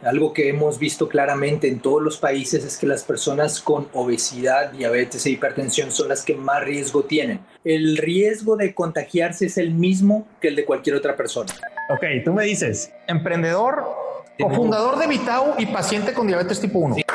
Algo que hemos visto claramente en todos los países es que las personas con obesidad, diabetes e hipertensión son las que más riesgo tienen. El riesgo de contagiarse es el mismo que el de cualquier otra persona. Ok, tú me dices, emprendedor, cofundador de Vitao y paciente con diabetes tipo 1. Sí.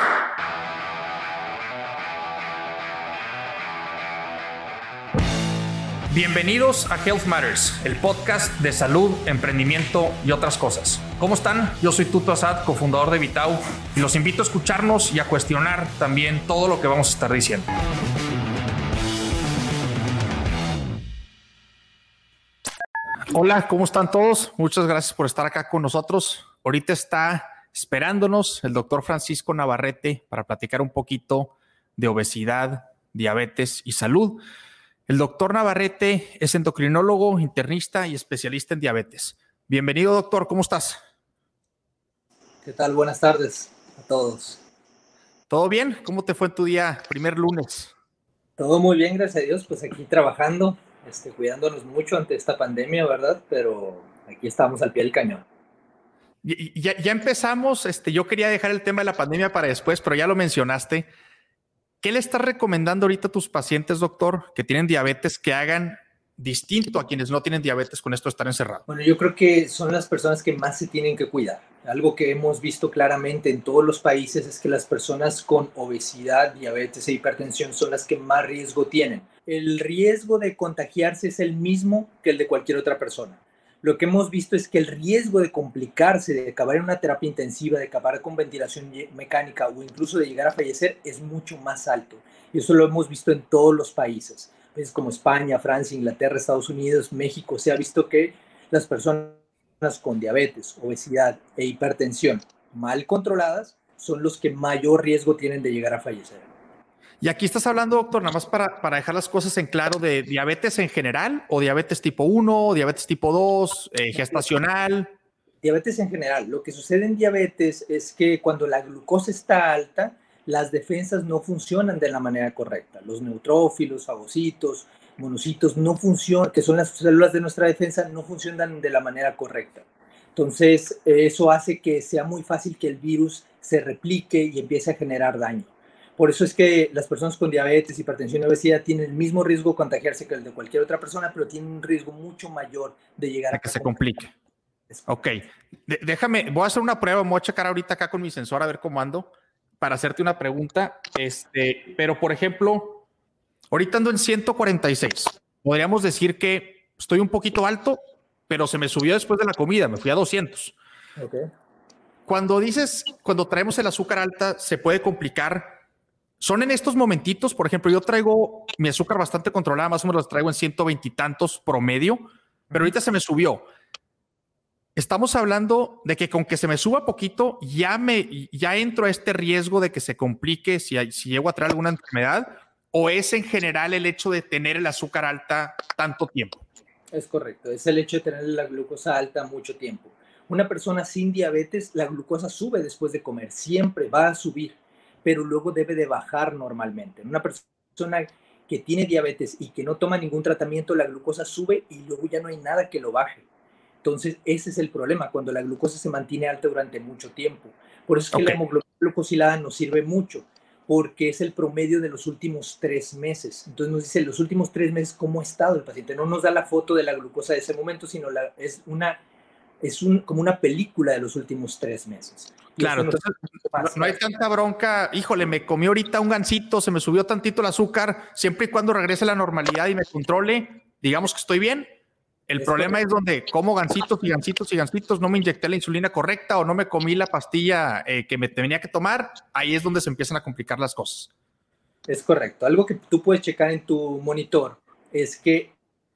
Bienvenidos a Health Matters, el podcast de salud, emprendimiento y otras cosas. ¿Cómo están? Yo soy Tuto Asad, cofundador de Vitao, y los invito a escucharnos y a cuestionar también todo lo que vamos a estar diciendo. Hola, ¿cómo están todos? Muchas gracias por estar acá con nosotros. Ahorita está esperándonos el doctor Francisco Navarrete para platicar un poquito de obesidad, diabetes y salud. El doctor Navarrete es endocrinólogo, internista y especialista en diabetes. Bienvenido, doctor. ¿Cómo estás? ¿Qué tal? Buenas tardes a todos. ¿Todo bien? ¿Cómo te fue en tu día, primer lunes? Todo muy bien, gracias a Dios. Pues aquí trabajando, cuidándonos mucho ante esta pandemia, ¿verdad? Pero aquí estamos al pie del cañón. Ya empezamos. Yo quería dejar el tema de la pandemia para después, pero ya lo mencionaste. ¿Qué le estás recomendando ahorita a tus pacientes, doctor, que tienen diabetes, que hagan distinto a quienes no tienen diabetes con esto de estar encerrado? Bueno, yo creo que son las personas que más se tienen que cuidar. Algo que hemos visto claramente en todos los países es que las personas con obesidad, diabetes e hipertensión son las que más riesgo tienen. El riesgo de contagiarse es el mismo que el de cualquier otra persona. Lo que hemos visto es que el riesgo de complicarse, de acabar en una terapia intensiva, de acabar con ventilación mecánica o incluso de llegar a fallecer es mucho más alto. Y eso lo hemos visto en todos los países. Países como España, Francia, Inglaterra, Estados Unidos, México. Se ha visto que las personas con diabetes, obesidad e hipertensión mal controladas son los que mayor riesgo tienen de llegar a fallecer. Y aquí estás hablando, doctor, nada más para dejar las cosas en claro, de diabetes en general o diabetes tipo 1, diabetes tipo 2, gestacional. Diabetes en general. Lo que sucede en diabetes es que cuando la glucosa está alta, las defensas no funcionan de la manera correcta. Los neutrófilos, fagocitos, monocitos no funcionan, que son las células de nuestra defensa, no funcionan de la manera correcta. Entonces, eso hace que sea muy fácil que el virus se replique y empiece a generar daño. Por eso es que las personas con diabetes, hipertensión y obesidad tienen el mismo riesgo de contagiarse que el de cualquier otra persona, pero tienen un riesgo mucho mayor de llegar a que se complique. Ok, déjame, voy a hacer una prueba, me voy a checar ahorita acá con mi sensor a ver cómo ando para hacerte una pregunta. Pero por ejemplo, ahorita ando en 146. Podríamos decir que estoy un poquito alto, pero se me subió después de la comida, me fui a 200. Okay. Cuando traemos el azúcar alta, se puede complicar. Son en estos momentitos, por ejemplo, yo traigo mi azúcar bastante controlada, más o menos las traigo en 120 y tantos promedio, pero ahorita se me subió. Estamos hablando de que con que se me suba poquito, ya entro a este riesgo de que se complique si llego a traer alguna enfermedad, o es en general el hecho de tener el azúcar alta tanto tiempo. Es correcto, es el hecho de tener la glucosa alta mucho tiempo. Una persona sin diabetes, la glucosa sube después de comer, siempre va a subir, pero luego debe de bajar normalmente. Una persona que tiene diabetes y que no toma ningún tratamiento, la glucosa sube y luego ya no hay nada que lo baje. Entonces, ese es el problema, cuando la glucosa se mantiene alta durante mucho tiempo. Por eso es que la hemoglobina glucosilada nos sirve mucho, porque es el promedio de los últimos 3 meses. Entonces nos dice los últimos 3 meses cómo ha estado el paciente. No nos da la foto de la glucosa de ese momento, sino como una película de los últimos 3 meses. Y claro, entonces no hay tanta bronca. Híjole, me comí ahorita un gansito, se me subió tantito el azúcar. Siempre y cuando regrese a la normalidad y me controle, digamos que estoy bien. El problema es donde como gansitos y gansitos y gansitos, no me inyecté la insulina correcta o no me comí la pastilla que me tenía que tomar. Ahí es donde se empiezan a complicar las cosas. Es correcto. Algo que tú puedes checar en tu monitor es que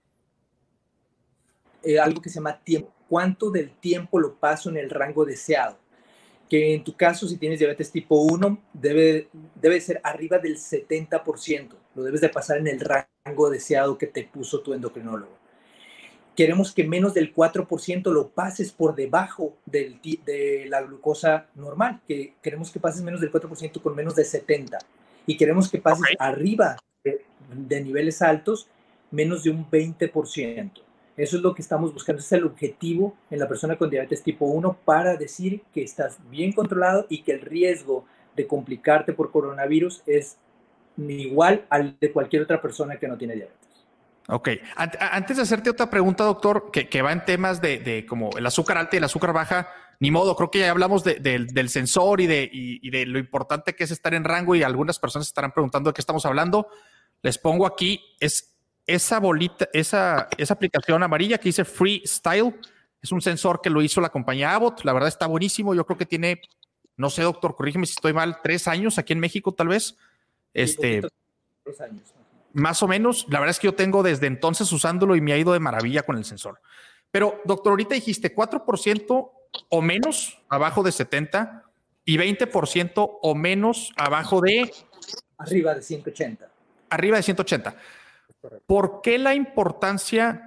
algo que se llama tiempo. ¿Cuánto del tiempo lo paso en el rango deseado? Que en tu caso, si tienes diabetes tipo 1, debe ser arriba del 70%. Lo debes de pasar en el rango deseado que te puso tu endocrinólogo. Queremos que menos del 4% lo pases por debajo de la glucosa normal, que queremos que pases menos del 4% con menos de 70. Y queremos que pases arriba de niveles altos, menos de un 20%. Eso es lo que estamos buscando, es el objetivo en la persona con diabetes tipo 1 para decir que estás bien controlado y que el riesgo de complicarte por coronavirus es igual al de cualquier otra persona que no tiene diabetes. Ok. Antes de hacerte otra pregunta, doctor, que va en temas de como el azúcar alta y el azúcar baja, ni modo, creo que ya hablamos del sensor y de lo importante que es estar en rango, y algunas personas estarán preguntando de qué estamos hablando. Les pongo aquí, es esa bolita, esa aplicación amarilla que dice Freestyle. Es un sensor que lo hizo la compañía Abbott. La verdad está buenísimo. Yo creo que tiene, no sé, doctor, corrígeme si estoy mal, 3 años aquí en México, tal vez. Sí, 3 años. Más o menos. La verdad es que yo tengo desde entonces usándolo y me ha ido de maravilla con el sensor. Pero, doctor, ahorita dijiste 4% o menos abajo de 70 y 20% o menos abajo de... Arriba de 180. Arriba de 180. ¿Por qué la importancia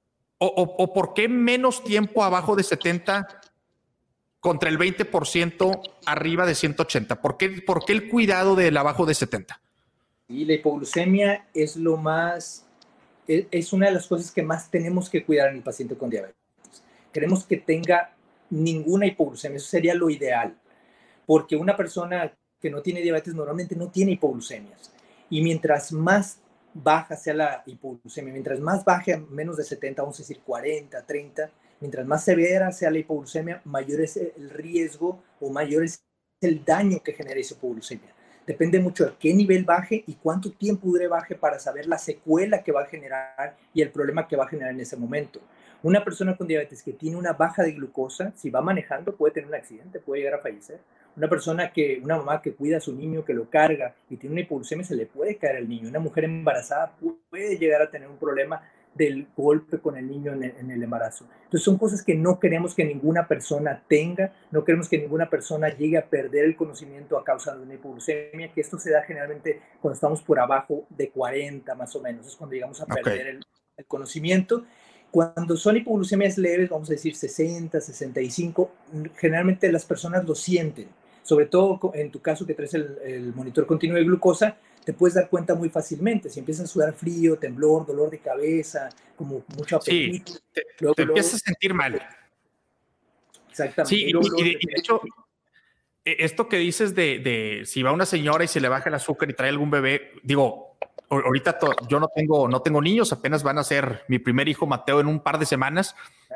o por qué menos tiempo abajo de 70 contra el 20% arriba de 180? ¿Por qué el cuidado del abajo de 70? Y la hipoglucemia es una de las cosas que más tenemos que cuidar en el paciente con diabetes. Queremos que tenga ninguna hipoglucemia, eso sería lo ideal, porque una persona que no tiene diabetes normalmente no tiene hipoglucemias. Y mientras más baja sea la hipoglucemia, mientras más baje a menos de 70, vamos a decir 40, 30, mientras más severa sea la hipoglucemia, mayor es el riesgo o mayor es el daño que genera esa hipoglucemia. Depende mucho de qué nivel baje y cuánto tiempo dure baje para saber la secuela que va a generar y el problema que va a generar en ese momento. Una persona con diabetes que tiene una baja de glucosa, si va manejando, puede tener un accidente, puede llegar a fallecer. Una mamá que cuida a su niño, que lo carga y tiene una hipoglucemia, se le puede caer al niño. Una mujer embarazada puede llegar a tener un problema del golpe con el niño en el embarazo. Entonces son cosas que no queremos que ninguna persona tenga, no queremos que ninguna persona llegue a perder el conocimiento a causa de una hipoglucemia, que esto se da generalmente cuando estamos por abajo de 40 más o menos, es cuando llegamos a perder el conocimiento. Cuando son hipoglucemias leves, vamos a decir 60, 65, generalmente las personas lo sienten, sobre todo en tu caso que traes el monitor continuo de glucosa, te puedes dar cuenta muy fácilmente. Si empiezas a sudar frío, temblor, dolor de cabeza, como mucho apetito. Sí, te empiezas a sentir mal. Exactamente. Sí, y de hecho, esto que dices de si va una señora y se le baja el azúcar y trae algún bebé, digo, ahorita yo no tengo niños, apenas van a ser mi primer hijo Mateo en un par de semanas.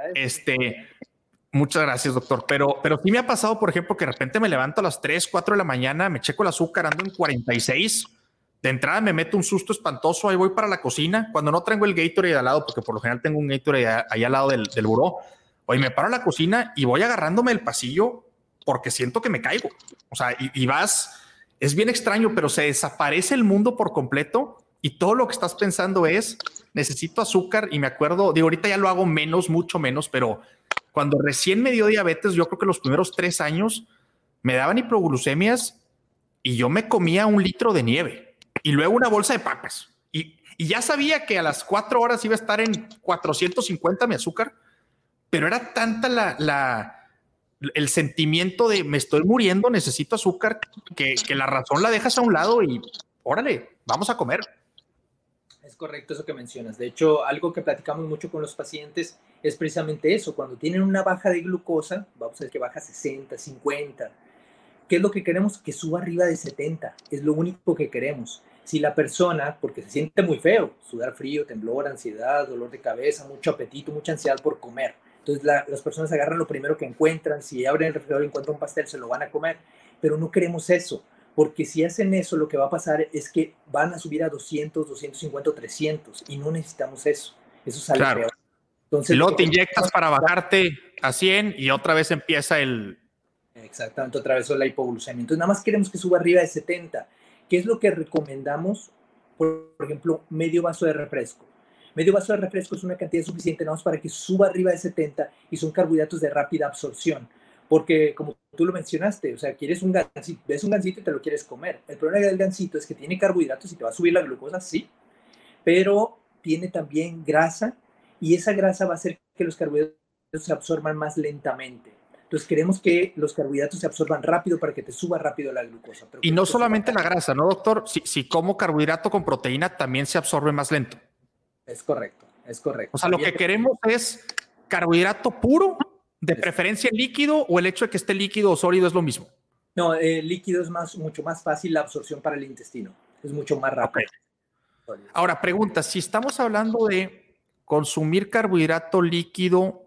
Muchas gracias, doctor. Pero sí me ha pasado, por ejemplo, que de repente me levanto a las 3, 4 de la mañana, me checo el azúcar, ando en 46. De entrada me meto un susto espantoso, ahí voy para la cocina. Cuando no traigo el Gatorade al lado, porque por lo general tengo un Gatorade ahí al lado del buró, hoy me paro a la cocina y voy agarrándome el pasillo porque siento que me caigo. O sea, y vas, es bien extraño, pero se desaparece el mundo por completo y todo lo que estás pensando es, necesito azúcar. Y me acuerdo, digo, ahorita ya lo hago menos, mucho menos, pero cuando recién me dio diabetes, yo creo que los primeros 3 años me daban hipoglucemias y yo me comía 1 litro de nieve y luego una bolsa de papas. Y ya sabía que a las 4 horas iba a estar en 450 mi azúcar, pero era tanta el sentimiento de me estoy muriendo, necesito azúcar, que la razón la dejas a un lado y órale, vamos a comer. Es correcto eso que mencionas. De hecho, algo que platicamos mucho con los pacientes es precisamente eso. Cuando tienen una baja de glucosa, vamos a ver que baja 60, 50. ¿Qué es lo que queremos? Que suba arriba de 70. Es lo único que queremos. Si la persona, porque se siente muy feo, sudar frío, temblor, ansiedad, dolor de cabeza, mucho apetito, mucha ansiedad por comer. Entonces las personas agarran lo primero que encuentran. Si abren el refrigerador y encuentran un pastel, se lo van a comer. Pero no queremos eso. Porque si hacen eso, lo que va a pasar es que van a subir a 200, 250, 300 y no necesitamos eso. Eso sale peor. Entonces, y luego te inyectas para bajarte a 100 y otra vez empieza el... Exactamente, otra vez la hipoglucemia. Entonces, nada más queremos que suba arriba de 70. ¿Qué es lo que recomendamos? Por ejemplo, medio vaso de refresco. Medio vaso de refresco es una cantidad suficiente nada más para que suba arriba de 70 y son carbohidratos de rápida absorción. Porque como tú lo mencionaste, o sea, quieres un gansito, ves un gansito y te lo quieres comer. El problema del gansito es que tiene carbohidratos y te va a subir la glucosa, sí, pero tiene también grasa y esa grasa va a hacer que los carbohidratos se absorban más lentamente. Entonces queremos que los carbohidratos se absorban rápido para que te suba rápido la glucosa. Pero y no solamente la grasa, ¿no, doctor? Si como carbohidrato con proteína también se absorbe más lento. Es correcto. Es correcto. O sea, lo que queremos es carbohidrato puro, de preferencia líquido, o el hecho de que esté líquido o sólido es lo mismo. No, el líquido es mucho más fácil la absorción para el intestino. Es mucho más rápido. Okay. Ahora, pregunta, si estamos hablando de consumir carbohidrato líquido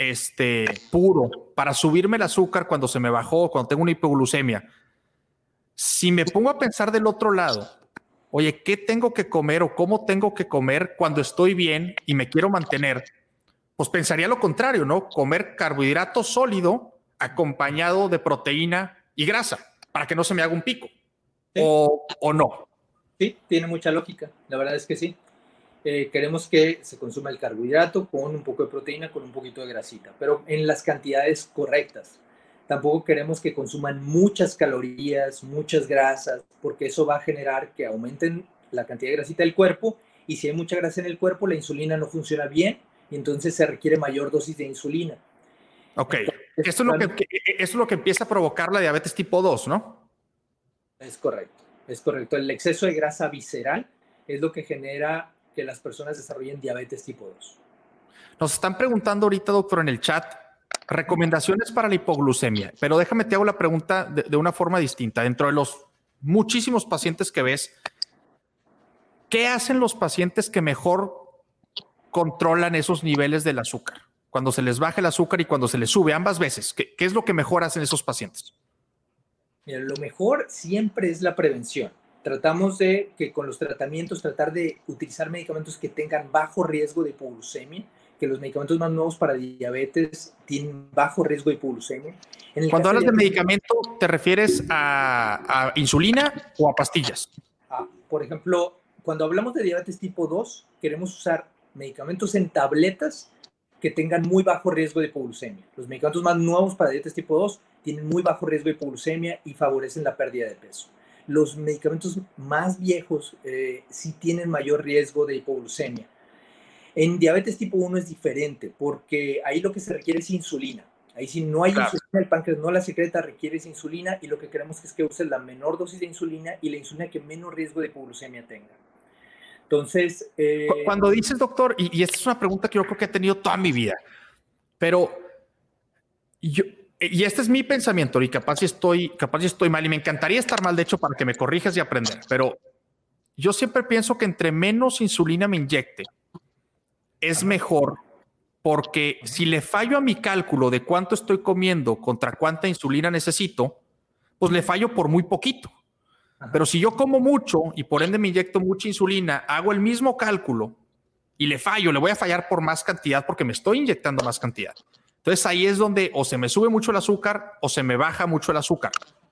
puro para subirme el azúcar cuando se me bajó, cuando tengo una hipoglucemia, si me pongo a pensar del otro lado, oye, ¿qué tengo que comer o cómo tengo que comer cuando estoy bien y me quiero mantener? Pues pensaría lo contrario, ¿no? Comer carbohidrato sólido acompañado de proteína y grasa para que no se me haga un pico. ¿Sí? ¿O no? Sí, tiene mucha lógica. La verdad es que sí. Queremos que se consuma el carbohidrato con un poco de proteína, con un poquito de grasita, pero en las cantidades correctas. Tampoco queremos que consuman muchas calorías, muchas grasas, porque eso va a generar que aumenten la cantidad de grasita del cuerpo, y si hay mucha grasa en el cuerpo, la insulina no funciona bien y entonces se requiere mayor dosis de insulina. Ok, entonces, esto es lo que empieza a provocar la diabetes tipo 2, ¿no? Es correcto, es correcto. El exceso de grasa visceral es lo que genera que las personas desarrollen diabetes tipo 2. Nos están preguntando ahorita, doctor, en el chat, recomendaciones para la hipoglucemia, pero déjame te hago la pregunta de una forma distinta. Dentro de los muchísimos pacientes que ves, ¿qué hacen los pacientes que mejor controlan esos niveles del azúcar? Cuando se les baja el azúcar y cuando se les sube, ambas veces. ¿Qué es lo que mejor hacen esos pacientes? Mira, lo mejor siempre es la prevención. Tratamos de que con los tratamientos, tratar de utilizar medicamentos que tengan bajo riesgo de hipoglucemia, que los medicamentos más nuevos para diabetes tienen bajo riesgo de hipoglucemia. Cuando hablas de medicamento, ¿te refieres a insulina o a pastillas? Por ejemplo, cuando hablamos de diabetes tipo 2, queremos usar medicamentos en tabletas que tengan muy bajo riesgo de hipoglucemia. Los medicamentos más nuevos para diabetes tipo 2 tienen muy bajo riesgo de hipoglucemia y favorecen la pérdida de peso. Los medicamentos más viejos sí tienen mayor riesgo de hipoglucemia. En diabetes tipo 1 es diferente porque ahí lo que se requiere es insulina. Ahí si no hay insulina, el páncreas no la secreta, requiere insulina, y lo que queremos es que uses la menor dosis de insulina y la insulina que menos riesgo de hipoglucemia tenga. Entonces... Cuando dices, doctor, y esta es una pregunta que yo creo que he tenido toda mi vida, pero y este es mi pensamiento, y capaz si estoy mal, y me encantaría estar mal, de hecho, para que me corrijas y aprender, pero yo siempre pienso que entre menos insulina me inyecte, es mejor, porque si le fallo a mi cálculo de cuánto estoy comiendo contra cuánta insulina necesito, pues le fallo por muy poquito. Pero si yo como mucho y por ende me inyecto mucha insulina, hago el mismo cálculo y le fallo, le voy a fallar por más cantidad porque me estoy inyectando más cantidad. Entonces ahí es donde o se me sube mucho el azúcar o se me baja mucho el azúcar.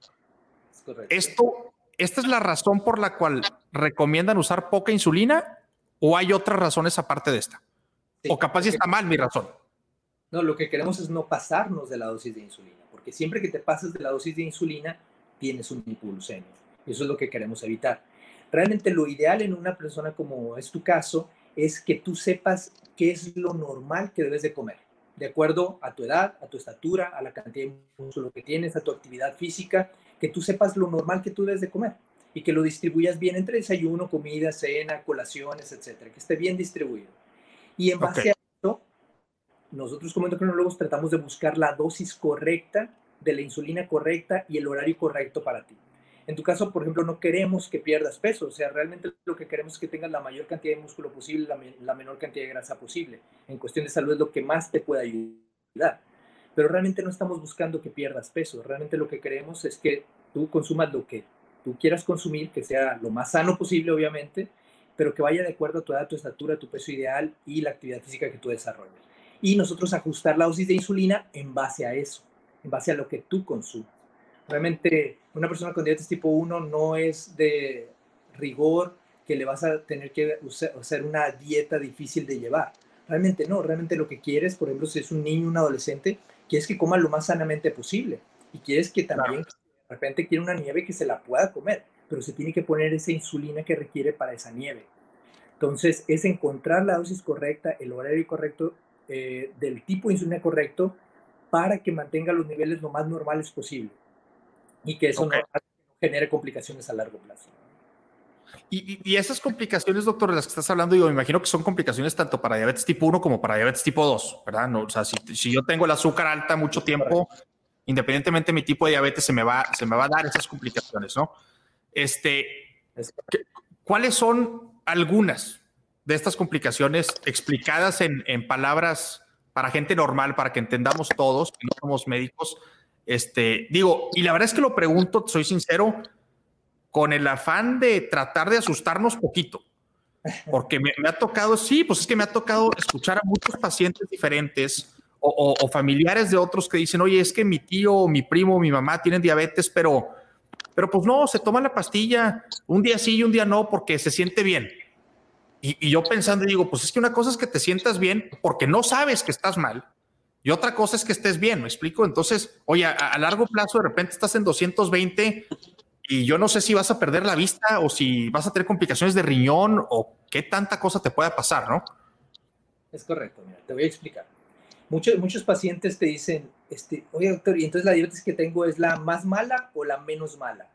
Es correcto. ¿Esta es la razón por la cual recomiendan usar poca insulina o hay otras razones aparte de esta? Sí, o capaz está mal mi razón. No, lo que queremos es no pasarnos de la dosis de insulina, porque siempre que te pases de la dosis de insulina, tienes un hipoglucemia. Eso es lo que queremos evitar. Realmente lo ideal en una persona como es tu caso es que tú sepas qué es lo normal que debes de comer, de acuerdo a tu edad, a tu estatura, a la cantidad de músculo que tienes, a tu actividad física, que tú sepas lo normal que tú debes de comer y que lo distribuyas bien entre desayuno, comida, cena, colaciones, etcétera, que esté bien distribuido. Y en base a esto, nosotros como endocrinólogos tratamos de buscar la dosis correcta de la insulina correcta y el horario correcto para ti. En tu caso, por ejemplo, no queremos que pierdas peso, o sea, realmente lo que queremos es que tengas la mayor cantidad de músculo posible, la menor cantidad de grasa posible. En cuestión de salud es lo que más te puede ayudar. Pero realmente no estamos buscando que pierdas peso, realmente lo que queremos es que tú consumas lo que tú quieras consumir, que sea lo más sano posible, obviamente, pero que vaya de acuerdo a tu edad, tu estatura, tu peso ideal y la actividad física que tú desarrolles. Y nosotros ajustar la dosis de insulina en base a eso, en base a lo que tú consumes. Realmente una persona con diabetes tipo 1 no es de rigor que le vas a tener que hacer una dieta difícil de llevar. Realmente no, realmente lo que quieres, por ejemplo, si es un niño, un adolescente, quieres que coma lo más sanamente posible y quieres que también de repente quiere una nieve que se la pueda comer, pero se tiene que poner esa insulina que requiere para esa nieve. Entonces es encontrar la dosis correcta, el horario correcto, del tipo de insulina correcto para que mantenga los niveles lo más normales posible y que eso no genere complicaciones a largo plazo. Y esas complicaciones, doctor, de las que estás hablando, yo me imagino que son complicaciones tanto para diabetes tipo 1 como para diabetes tipo 2, ¿verdad? No, o sea, si yo tengo el azúcar alta mucho tiempo, independientemente de mi tipo de diabetes, se me va a dar esas complicaciones, ¿no? ¿Cuáles son algunas de estas complicaciones explicadas en palabras para gente normal, para que entendamos todos, que no somos médicos? Digo, y la verdad es que lo pregunto, soy sincero, con el afán de tratar de asustarnos poquito, porque me ha tocado, sí, pues es que me ha tocado escuchar a muchos pacientes diferentes o familiares de otros que dicen, oye, es que mi tío, mi primo, mi mamá tienen diabetes, pero pues no, se toma la pastilla un día sí y un día no porque se siente bien. Y yo pensando, digo, pues es que una cosa es que te sientas bien porque no sabes que estás mal y otra cosa es que estés bien, ¿me explico? Entonces, oye, a largo plazo de repente estás en 220 y yo no sé si vas a perder la vista o si vas a tener complicaciones de riñón o qué tanta cosa te pueda pasar, ¿no? Es correcto, mira, te voy a explicar. Muchos pacientes te dicen, oye doctor, ¿y entonces la diabetes que tengo es la más mala o la menos mala?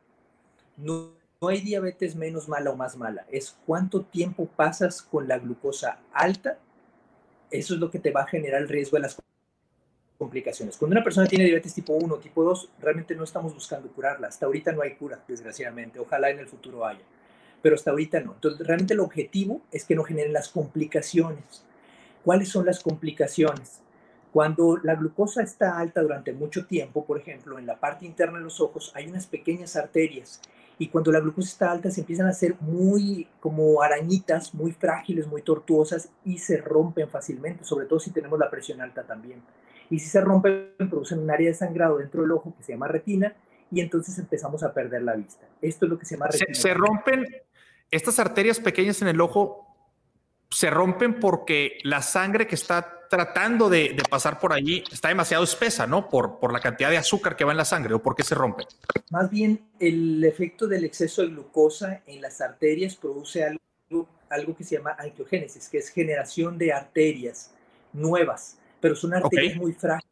No hay diabetes menos mala o más mala, es cuánto tiempo pasas con la glucosa alta, eso es lo que te va a generar el riesgo de las complicaciones. Cuando una persona tiene diabetes tipo 1 o tipo 2, realmente no estamos buscando curarla. Hasta ahorita no hay cura, desgraciadamente. Ojalá en el futuro haya. Pero hasta ahorita no. Entonces, realmente el objetivo es que no generen las complicaciones. ¿Cuáles son las complicaciones? Cuando la glucosa está alta durante mucho tiempo, por ejemplo, en la parte interna de los ojos hay unas pequeñas arterias y cuando la glucosa está alta se empiezan a hacer muy como arañitas, muy frágiles, muy tortuosas y se rompen fácilmente, sobre todo si tenemos la presión alta también. Y si se rompen, producen un área de sangrado dentro del ojo que se llama retina y entonces empezamos a perder la vista. Esto es lo que se llama retina. Se rompen estas arterias pequeñas en el ojo, se rompen porque la sangre que está tratando de pasar por allí está demasiado espesa, ¿no? Por la cantidad de azúcar que va en la sangre, ¿o por qué se rompe? Más bien, el efecto del exceso de glucosa en las arterias produce algo que se llama angiogénesis, que es generación de arterias nuevas, pero son arterias muy frágiles,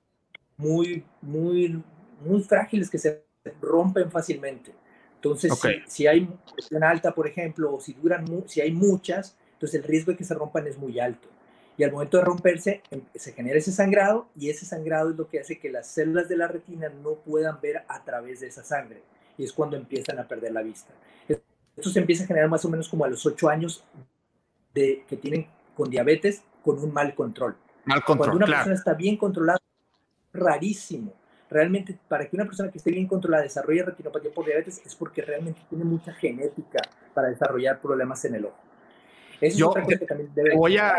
muy frágiles que se rompen fácilmente. Entonces, si hay presión alta, por ejemplo, o si hay muchas, entonces el riesgo de que se rompan es muy alto. Y al momento de romperse, se genera ese sangrado y ese sangrado es lo que hace que las células de la retina no puedan ver a través de esa sangre. Y es cuando empiezan a perder la vista. Esto se empieza a generar más o menos como a los 8 años que tienen con diabetes con un mal control. Cuando una persona está bien controlada, rarísimo. Realmente, para que una persona que esté bien controlada desarrolle retinopatía por diabetes es porque realmente tiene mucha genética para desarrollar problemas en el ojo. Eso es otra cosa que también debe...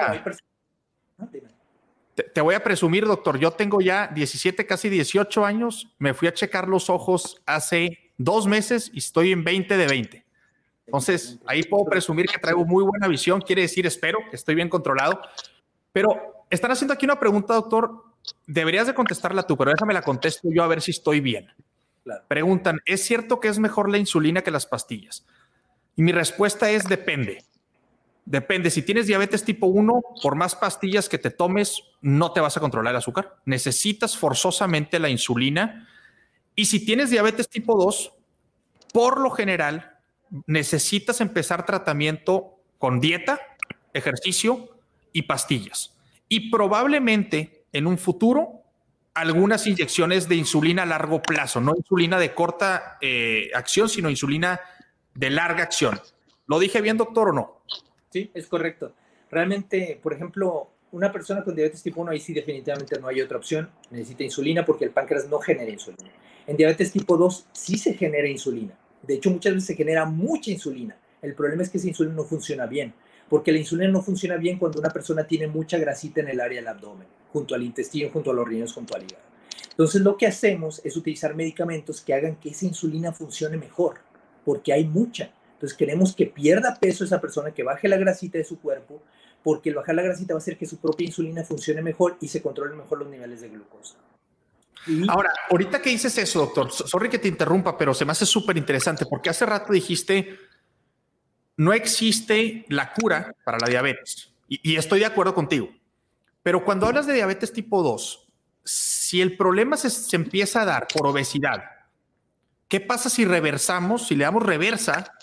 Te voy a presumir, doctor. Yo tengo ya 17, casi 18 años. Me fui a checar los ojos hace 2 meses y estoy en 20 de 20. Entonces, ahí puedo presumir que traigo muy buena visión. Quiere decir, espero que estoy bien controlado. Pero están haciendo aquí una pregunta, doctor. Deberías de contestarla tú, pero déjame la contesto yo a ver si estoy bien. Claro. Preguntan, ¿es cierto que es mejor la insulina que las pastillas? Y mi respuesta es depende. Depende. Si tienes diabetes tipo 1, por más pastillas que te tomes, no te vas a controlar el azúcar. Necesitas forzosamente la insulina. Y si tienes diabetes tipo 2, por lo general, necesitas empezar tratamiento con dieta, ejercicio y pastillas. Y probablemente en un futuro, algunas inyecciones de insulina a largo plazo, no insulina de corta acción, sino insulina de larga acción. ¿Lo dije bien, doctor, o no? Sí, es correcto. Realmente, por ejemplo, una persona con diabetes tipo 1, ahí sí definitivamente no hay otra opción. Necesita insulina porque el páncreas no genera insulina. En diabetes tipo 2 sí se genera insulina. De hecho, muchas veces se genera mucha insulina. El problema es que esa insulina no funciona bien, porque la insulina no funciona bien cuando una persona tiene mucha grasita en el área del abdomen, junto al intestino, junto a los riñones, junto al hígado. Entonces, lo que hacemos es utilizar medicamentos que hagan que esa insulina funcione mejor, porque hay mucha. Entonces queremos que pierda peso esa persona, que baje la grasita de su cuerpo, porque el bajar la grasita va a hacer que su propia insulina funcione mejor y se controlen mejor los niveles de glucosa. Ahora, ahorita que dices eso, doctor, sorry que te interrumpa, pero se me hace súper interesante porque hace rato dijiste, no existe la cura para la diabetes. Y estoy de acuerdo contigo. Pero cuando hablas de diabetes tipo 2, si el problema se empieza a dar por obesidad, ¿qué pasa si reversamos, si le damos reversa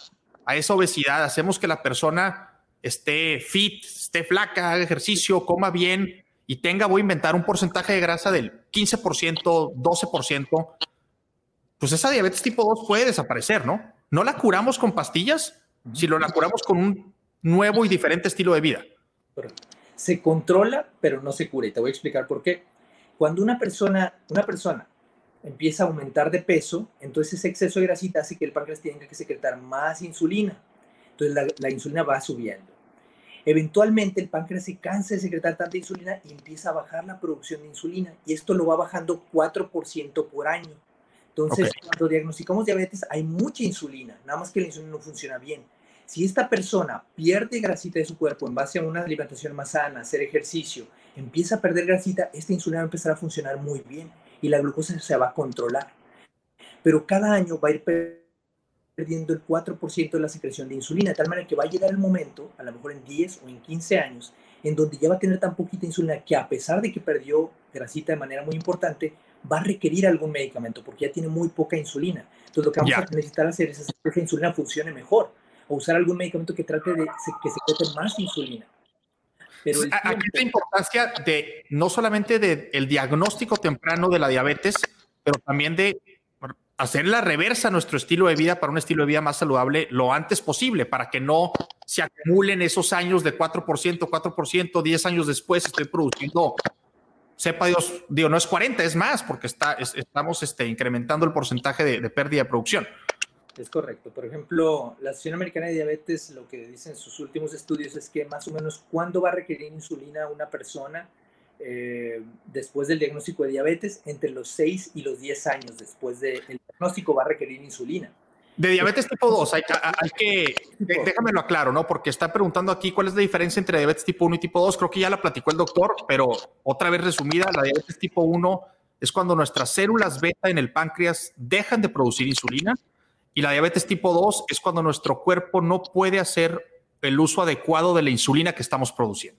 a esa obesidad, hacemos que la persona esté fit, esté flaca, haga ejercicio, coma bien y tenga, voy a inventar, un porcentaje de grasa del 15%, 12%, pues esa diabetes tipo 2 puede desaparecer, ¿no? No la curamos con pastillas, sino la curamos con un nuevo y diferente estilo de vida. Se controla, pero no se cura. Y te voy a explicar por qué. Cuando una persona empieza a aumentar de peso, entonces ese exceso de grasita hace que el páncreas tenga que secretar más insulina. Entonces la insulina va subiendo. Eventualmente el páncreas se cansa de secretar tanta insulina y empieza a bajar la producción de insulina. Y esto lo va bajando 4% por año. Entonces, cuando diagnosticamos diabetes, hay mucha insulina, nada más que la insulina no funciona bien. Si esta persona pierde grasita de su cuerpo en base a una alimentación más sana, hacer ejercicio, empieza a perder grasita, esta insulina va a empezar a funcionar muy bien y la glucosa se va a controlar. Pero cada año va a ir perdiendo el 4% de la secreción de insulina, de tal manera que va a llegar el momento, a lo mejor en 10 o en 15 años, en donde ya va a tener tan poquita insulina que a pesar de que perdió grasita de manera muy importante, va a requerir algún medicamento porque ya tiene muy poca insulina. Entonces lo que vamos a necesitar hacer es hacer que esa insulina funcione mejor o usar algún medicamento que trate de que secrete más insulina. Pero aquí la importancia de no solamente del diagnóstico temprano de la diabetes, pero también de hacer la reversa a nuestro estilo de vida para un estilo de vida más saludable lo antes posible, para que no se acumulen esos años de 4%, 10 años después estoy produciendo, sepa Dios, digo, no es 40, es más, porque estamos incrementando el porcentaje de pérdida de producción. Es correcto. Por ejemplo, la Asociación Americana de Diabetes, lo que dicen en sus últimos estudios es que más o menos cuándo va a requerir insulina una persona después del diagnóstico de diabetes, entre los 6 y los 10 años después del diagnóstico va a requerir insulina. De diabetes tipo 2, hay que, déjamelo aclaro, ¿no? Porque está preguntando aquí cuál es la diferencia entre diabetes tipo 1 y tipo 2. Creo que ya la platicó el doctor, pero otra vez resumida, la diabetes tipo 1 es cuando nuestras células beta en el páncreas dejan de producir insulina, y la diabetes tipo 2 es cuando nuestro cuerpo no puede hacer el uso adecuado de la insulina que estamos produciendo.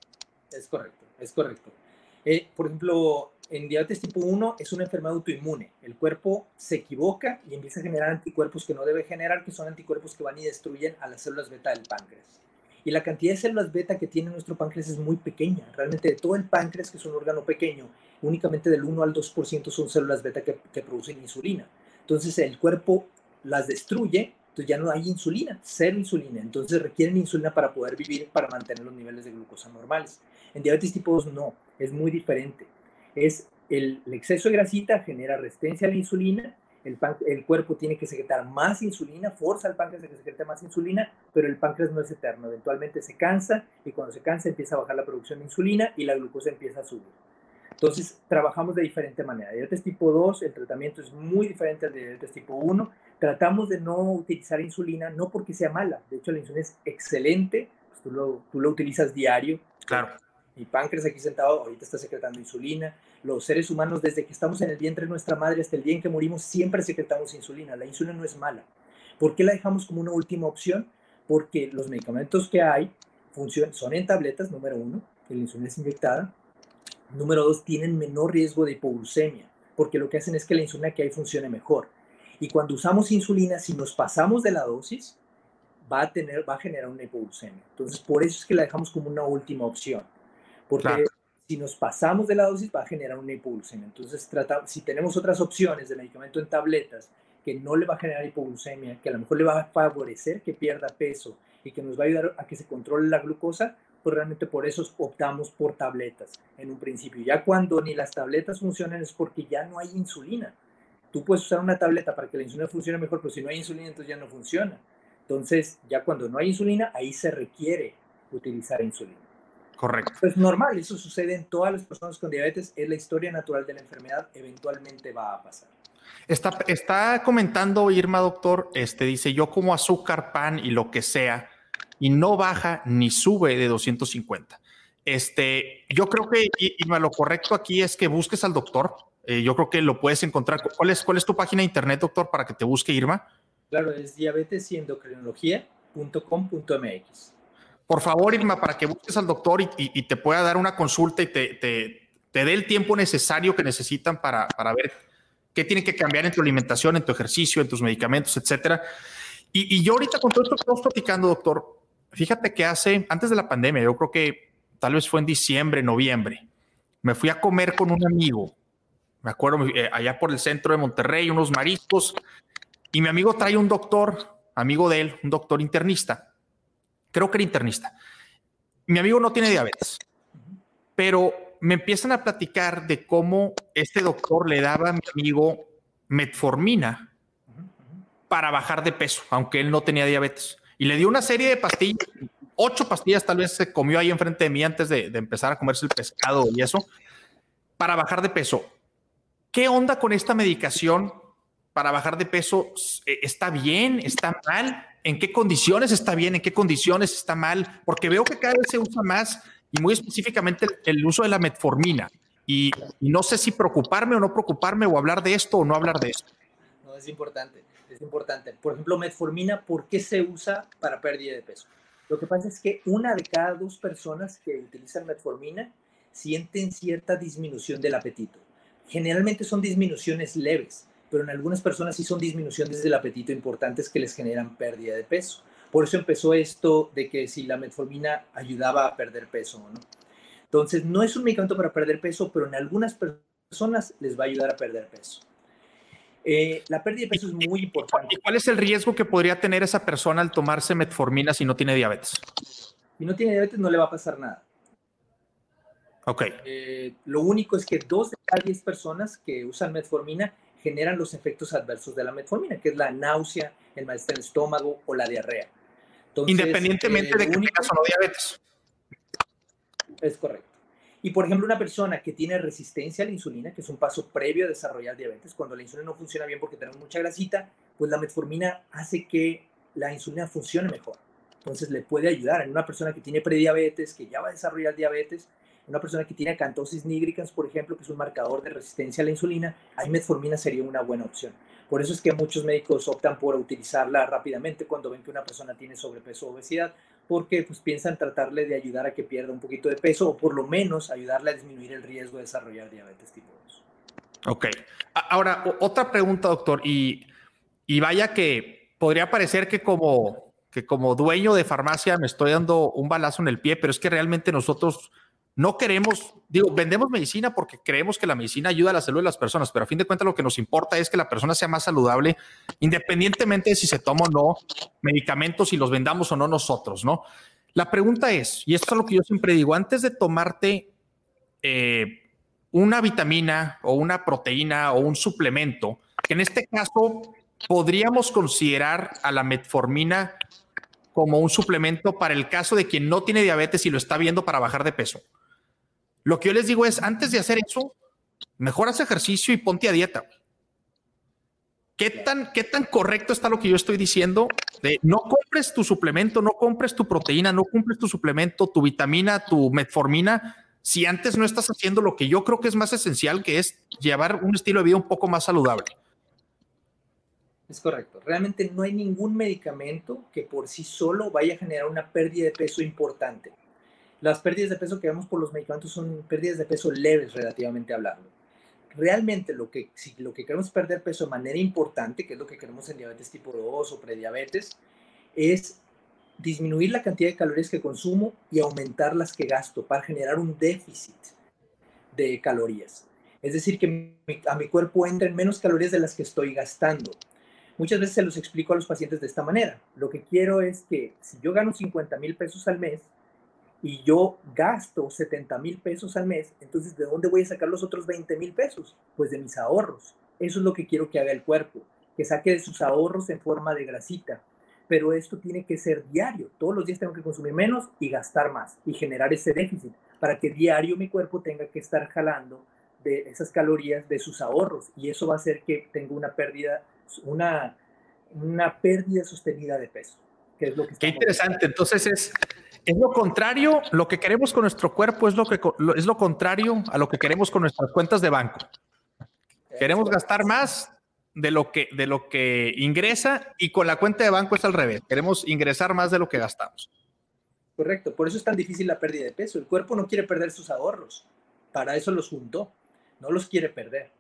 Es correcto, es correcto. Por ejemplo, en diabetes tipo 1 es una enfermedad autoinmune. El cuerpo se equivoca y empieza a generar anticuerpos que no debe generar, que son anticuerpos que van y destruyen a las células beta del páncreas. Y la cantidad de células beta que tiene nuestro páncreas es muy pequeña. Realmente de todo el páncreas, que es un órgano pequeño, únicamente del 1 al 2% son células beta que producen insulina. Entonces el cuerpo las destruye, entonces ya no hay insulina, cero insulina. Entonces requieren insulina para poder vivir, para mantener los niveles de glucosa normales. En diabetes tipo 2 no, es muy diferente. Es el exceso de grasita genera resistencia a la insulina, el cuerpo tiene que secretar más insulina, forza al páncreas a que secrete más insulina, pero el páncreas no es eterno, eventualmente se cansa y cuando se cansa empieza a bajar la producción de insulina y la glucosa empieza a subir. Entonces trabajamos de diferente manera. Diabetes tipo 2, el tratamiento es muy diferente al de diabetes tipo 1. Tratamos de no utilizar insulina, no porque sea mala, de hecho la insulina es excelente, pues tú lo utilizas diario. Claro. Mi páncreas aquí sentado ahorita está secretando insulina. Los seres humanos, desde que estamos en el vientre de nuestra madre hasta el día en que morimos, siempre secretamos insulina. La insulina no es mala. ¿Por qué la dejamos como una última opción? Porque los medicamentos que hay son en tabletas, número 1, que la insulina es inyectada. Número 2, tienen menor riesgo de hipoglucemia, porque lo que hacen es que la insulina que hay funcione mejor. Y cuando usamos insulina, si nos pasamos de la dosis, va a generar una hipoglucemia. Entonces, por eso es que la dejamos como una última opción. Porque si nos pasamos de la dosis, va a generar una hipoglucemia. Entonces, si tenemos otras opciones de medicamento en tabletas que no le va a generar hipoglucemia, que a lo mejor le va a favorecer que pierda peso y que nos va a ayudar a que se controle la glucosa, pues realmente por eso optamos por tabletas en un principio. Ya cuando ni las tabletas funcionan es porque ya no hay insulina. Tú puedes usar una tableta para que la insulina funcione mejor, pero si no hay insulina, entonces ya no funciona. Entonces, ya cuando no hay insulina, ahí se requiere utilizar insulina. Correcto. Es normal, eso sucede en todas las personas con diabetes, es la historia natural de la enfermedad, eventualmente va a pasar. Está comentando Irma, doctor, dice, yo como azúcar, pan y lo que sea, y no baja ni sube de 250. Yo creo que, Irma, lo correcto aquí es que busques al doctor. Yo creo que lo puedes encontrar. ¿Cuál es tu página de internet, doctor, para que te busque Irma? Claro, es diabetesendocrinología.com.mx. Por favor, Irma, para que busques al doctor y te pueda dar una consulta y te dé el tiempo necesario que necesitan para ver qué tiene que cambiar en tu alimentación, en tu ejercicio, en tus medicamentos, etcétera. Y yo ahorita con todo esto que estamos platicando, doctor, fíjate que antes de la pandemia, yo creo que tal vez fue en diciembre, noviembre, me fui a comer con un amigo, me acuerdo, allá por el centro de Monterrey, unos mariscos, y mi amigo trae un doctor, amigo de él, un doctor internista, creo que era internista. Mi amigo no tiene diabetes, pero me empiezan a platicar de cómo este doctor le daba a mi amigo metformina para bajar de peso, aunque él no tenía diabetes. Y le dio una serie de pastillas, 8 pastillas tal vez se comió ahí enfrente de mí antes de empezar a comerse el pescado y eso, para bajar de peso. ¿Qué onda con esta medicación para bajar de peso? ¿Está bien? ¿Está mal? ¿En qué condiciones está bien? ¿En qué condiciones está mal? Porque veo que cada vez se usa más y muy específicamente el uso de la metformina. Y no sé si preocuparme o no preocuparme o hablar de esto o no hablar de esto. No, es importante, es importante. Por ejemplo, metformina, ¿por qué se usa para pérdida de peso? Lo que pasa es que 1 de cada 2 personas que utilizan metformina sienten cierta disminución del apetito. Generalmente son disminuciones leves, pero en algunas personas sí son disminuciones del apetito importantes que les generan pérdida de peso. Por eso empezó esto de que si la metformina ayudaba a perder peso o no. Entonces, no es un medicamento para perder peso, pero en algunas personas les va a ayudar a perder peso. La pérdida de peso es muy importante. ¿Y cuál es el riesgo que podría tener esa persona al tomarse metformina si no tiene diabetes? Si no tiene diabetes, no le va a pasar nada. Ok. Lo único es que 2 de cada 10 personas que usan metformina generan los efectos adversos de la metformina, que es la náusea, el malestar en el estómago o la diarrea. Entonces, independientemente de que tengas o no diabetes. Es correcto. Y, por ejemplo, una persona que tiene resistencia a la insulina, que es un paso previo a desarrollar diabetes, cuando la insulina no funciona bien porque tenemos mucha grasita, pues la metformina hace que la insulina funcione mejor. Entonces, le puede ayudar en una persona que tiene prediabetes, que ya va a desarrollar diabetes, una persona que tiene acantosis nigricans, por ejemplo, que es un marcador de resistencia a la insulina, ahí metformina sería una buena opción. Por eso es que muchos médicos optan por utilizarla rápidamente cuando ven que una persona tiene sobrepeso o obesidad, porque pues piensan tratarle de ayudar a que pierda un poquito de peso o por lo menos ayudarle a disminuir el riesgo de desarrollar diabetes tipo 2. Ok. Ahora, otra pregunta, doctor, y vaya que podría parecer que como dueño de farmacia me estoy dando un balazo en el pie, pero es que realmente nosotros no queremos, vendemos medicina porque creemos que la medicina ayuda a la salud de las personas, pero a fin de cuentas lo que nos importa es que la persona sea más saludable, independientemente de si se toma o no medicamentos, si los vendamos o no nosotros, ¿no? La pregunta es, y esto es lo que yo siempre digo, antes de tomarte una vitamina o una proteína o un suplemento, que en este caso podríamos considerar a la metformina como un suplemento para el caso de quien no tiene diabetes y lo está viendo para bajar de peso. Lo que yo les digo es, antes de hacer eso, mejor haz ejercicio y ponte a dieta. ¿Qué tan correcto está lo que yo estoy diciendo? De no compres tu suplemento, no compres tu proteína, no compres tu suplemento, tu vitamina, tu metformina, si antes no estás haciendo lo que yo creo que es más esencial, que es llevar un estilo de vida un poco más saludable. Es correcto. Realmente no hay ningún medicamento que por sí solo vaya a generar una pérdida de peso importante. Las pérdidas de peso que vemos por los medicamentos son pérdidas de peso leves, relativamente hablando. Realmente si lo que queremos perder peso de manera importante, que es lo que queremos en diabetes tipo 2 o prediabetes, es disminuir la cantidad de calorías que consumo y aumentar las que gasto para generar un déficit de calorías. Es decir, que a mi cuerpo entren menos calorías de las que estoy gastando. Muchas veces se los explico a los pacientes de esta manera. Lo que quiero es que si yo gano 50,000 pesos al mes y yo gasto 70,000 pesos al mes, entonces ¿de dónde voy a sacar los otros 20,000 pesos? Pues de mis ahorros. Eso es lo que quiero que haga el cuerpo, que saque de sus ahorros en forma de grasita. Pero esto tiene que ser diario. Todos los días tengo que consumir menos y gastar más y generar ese déficit para que diario mi cuerpo tenga que estar jalando de esas calorías de sus ahorros. Y eso va a hacer que tenga una pérdida sostenida de peso. Que es lo que Qué interesante. Entonces es lo contrario, lo que queremos con nuestro cuerpo es lo contrario a lo que queremos con nuestras cuentas de banco. Queremos gastar más de lo que ingresa y con la cuenta de banco es al revés. Queremos ingresar más de lo que gastamos. Correcto. Por eso es tan difícil la pérdida de peso. El cuerpo no quiere perder sus ahorros. Para eso los juntó. No los quiere perder.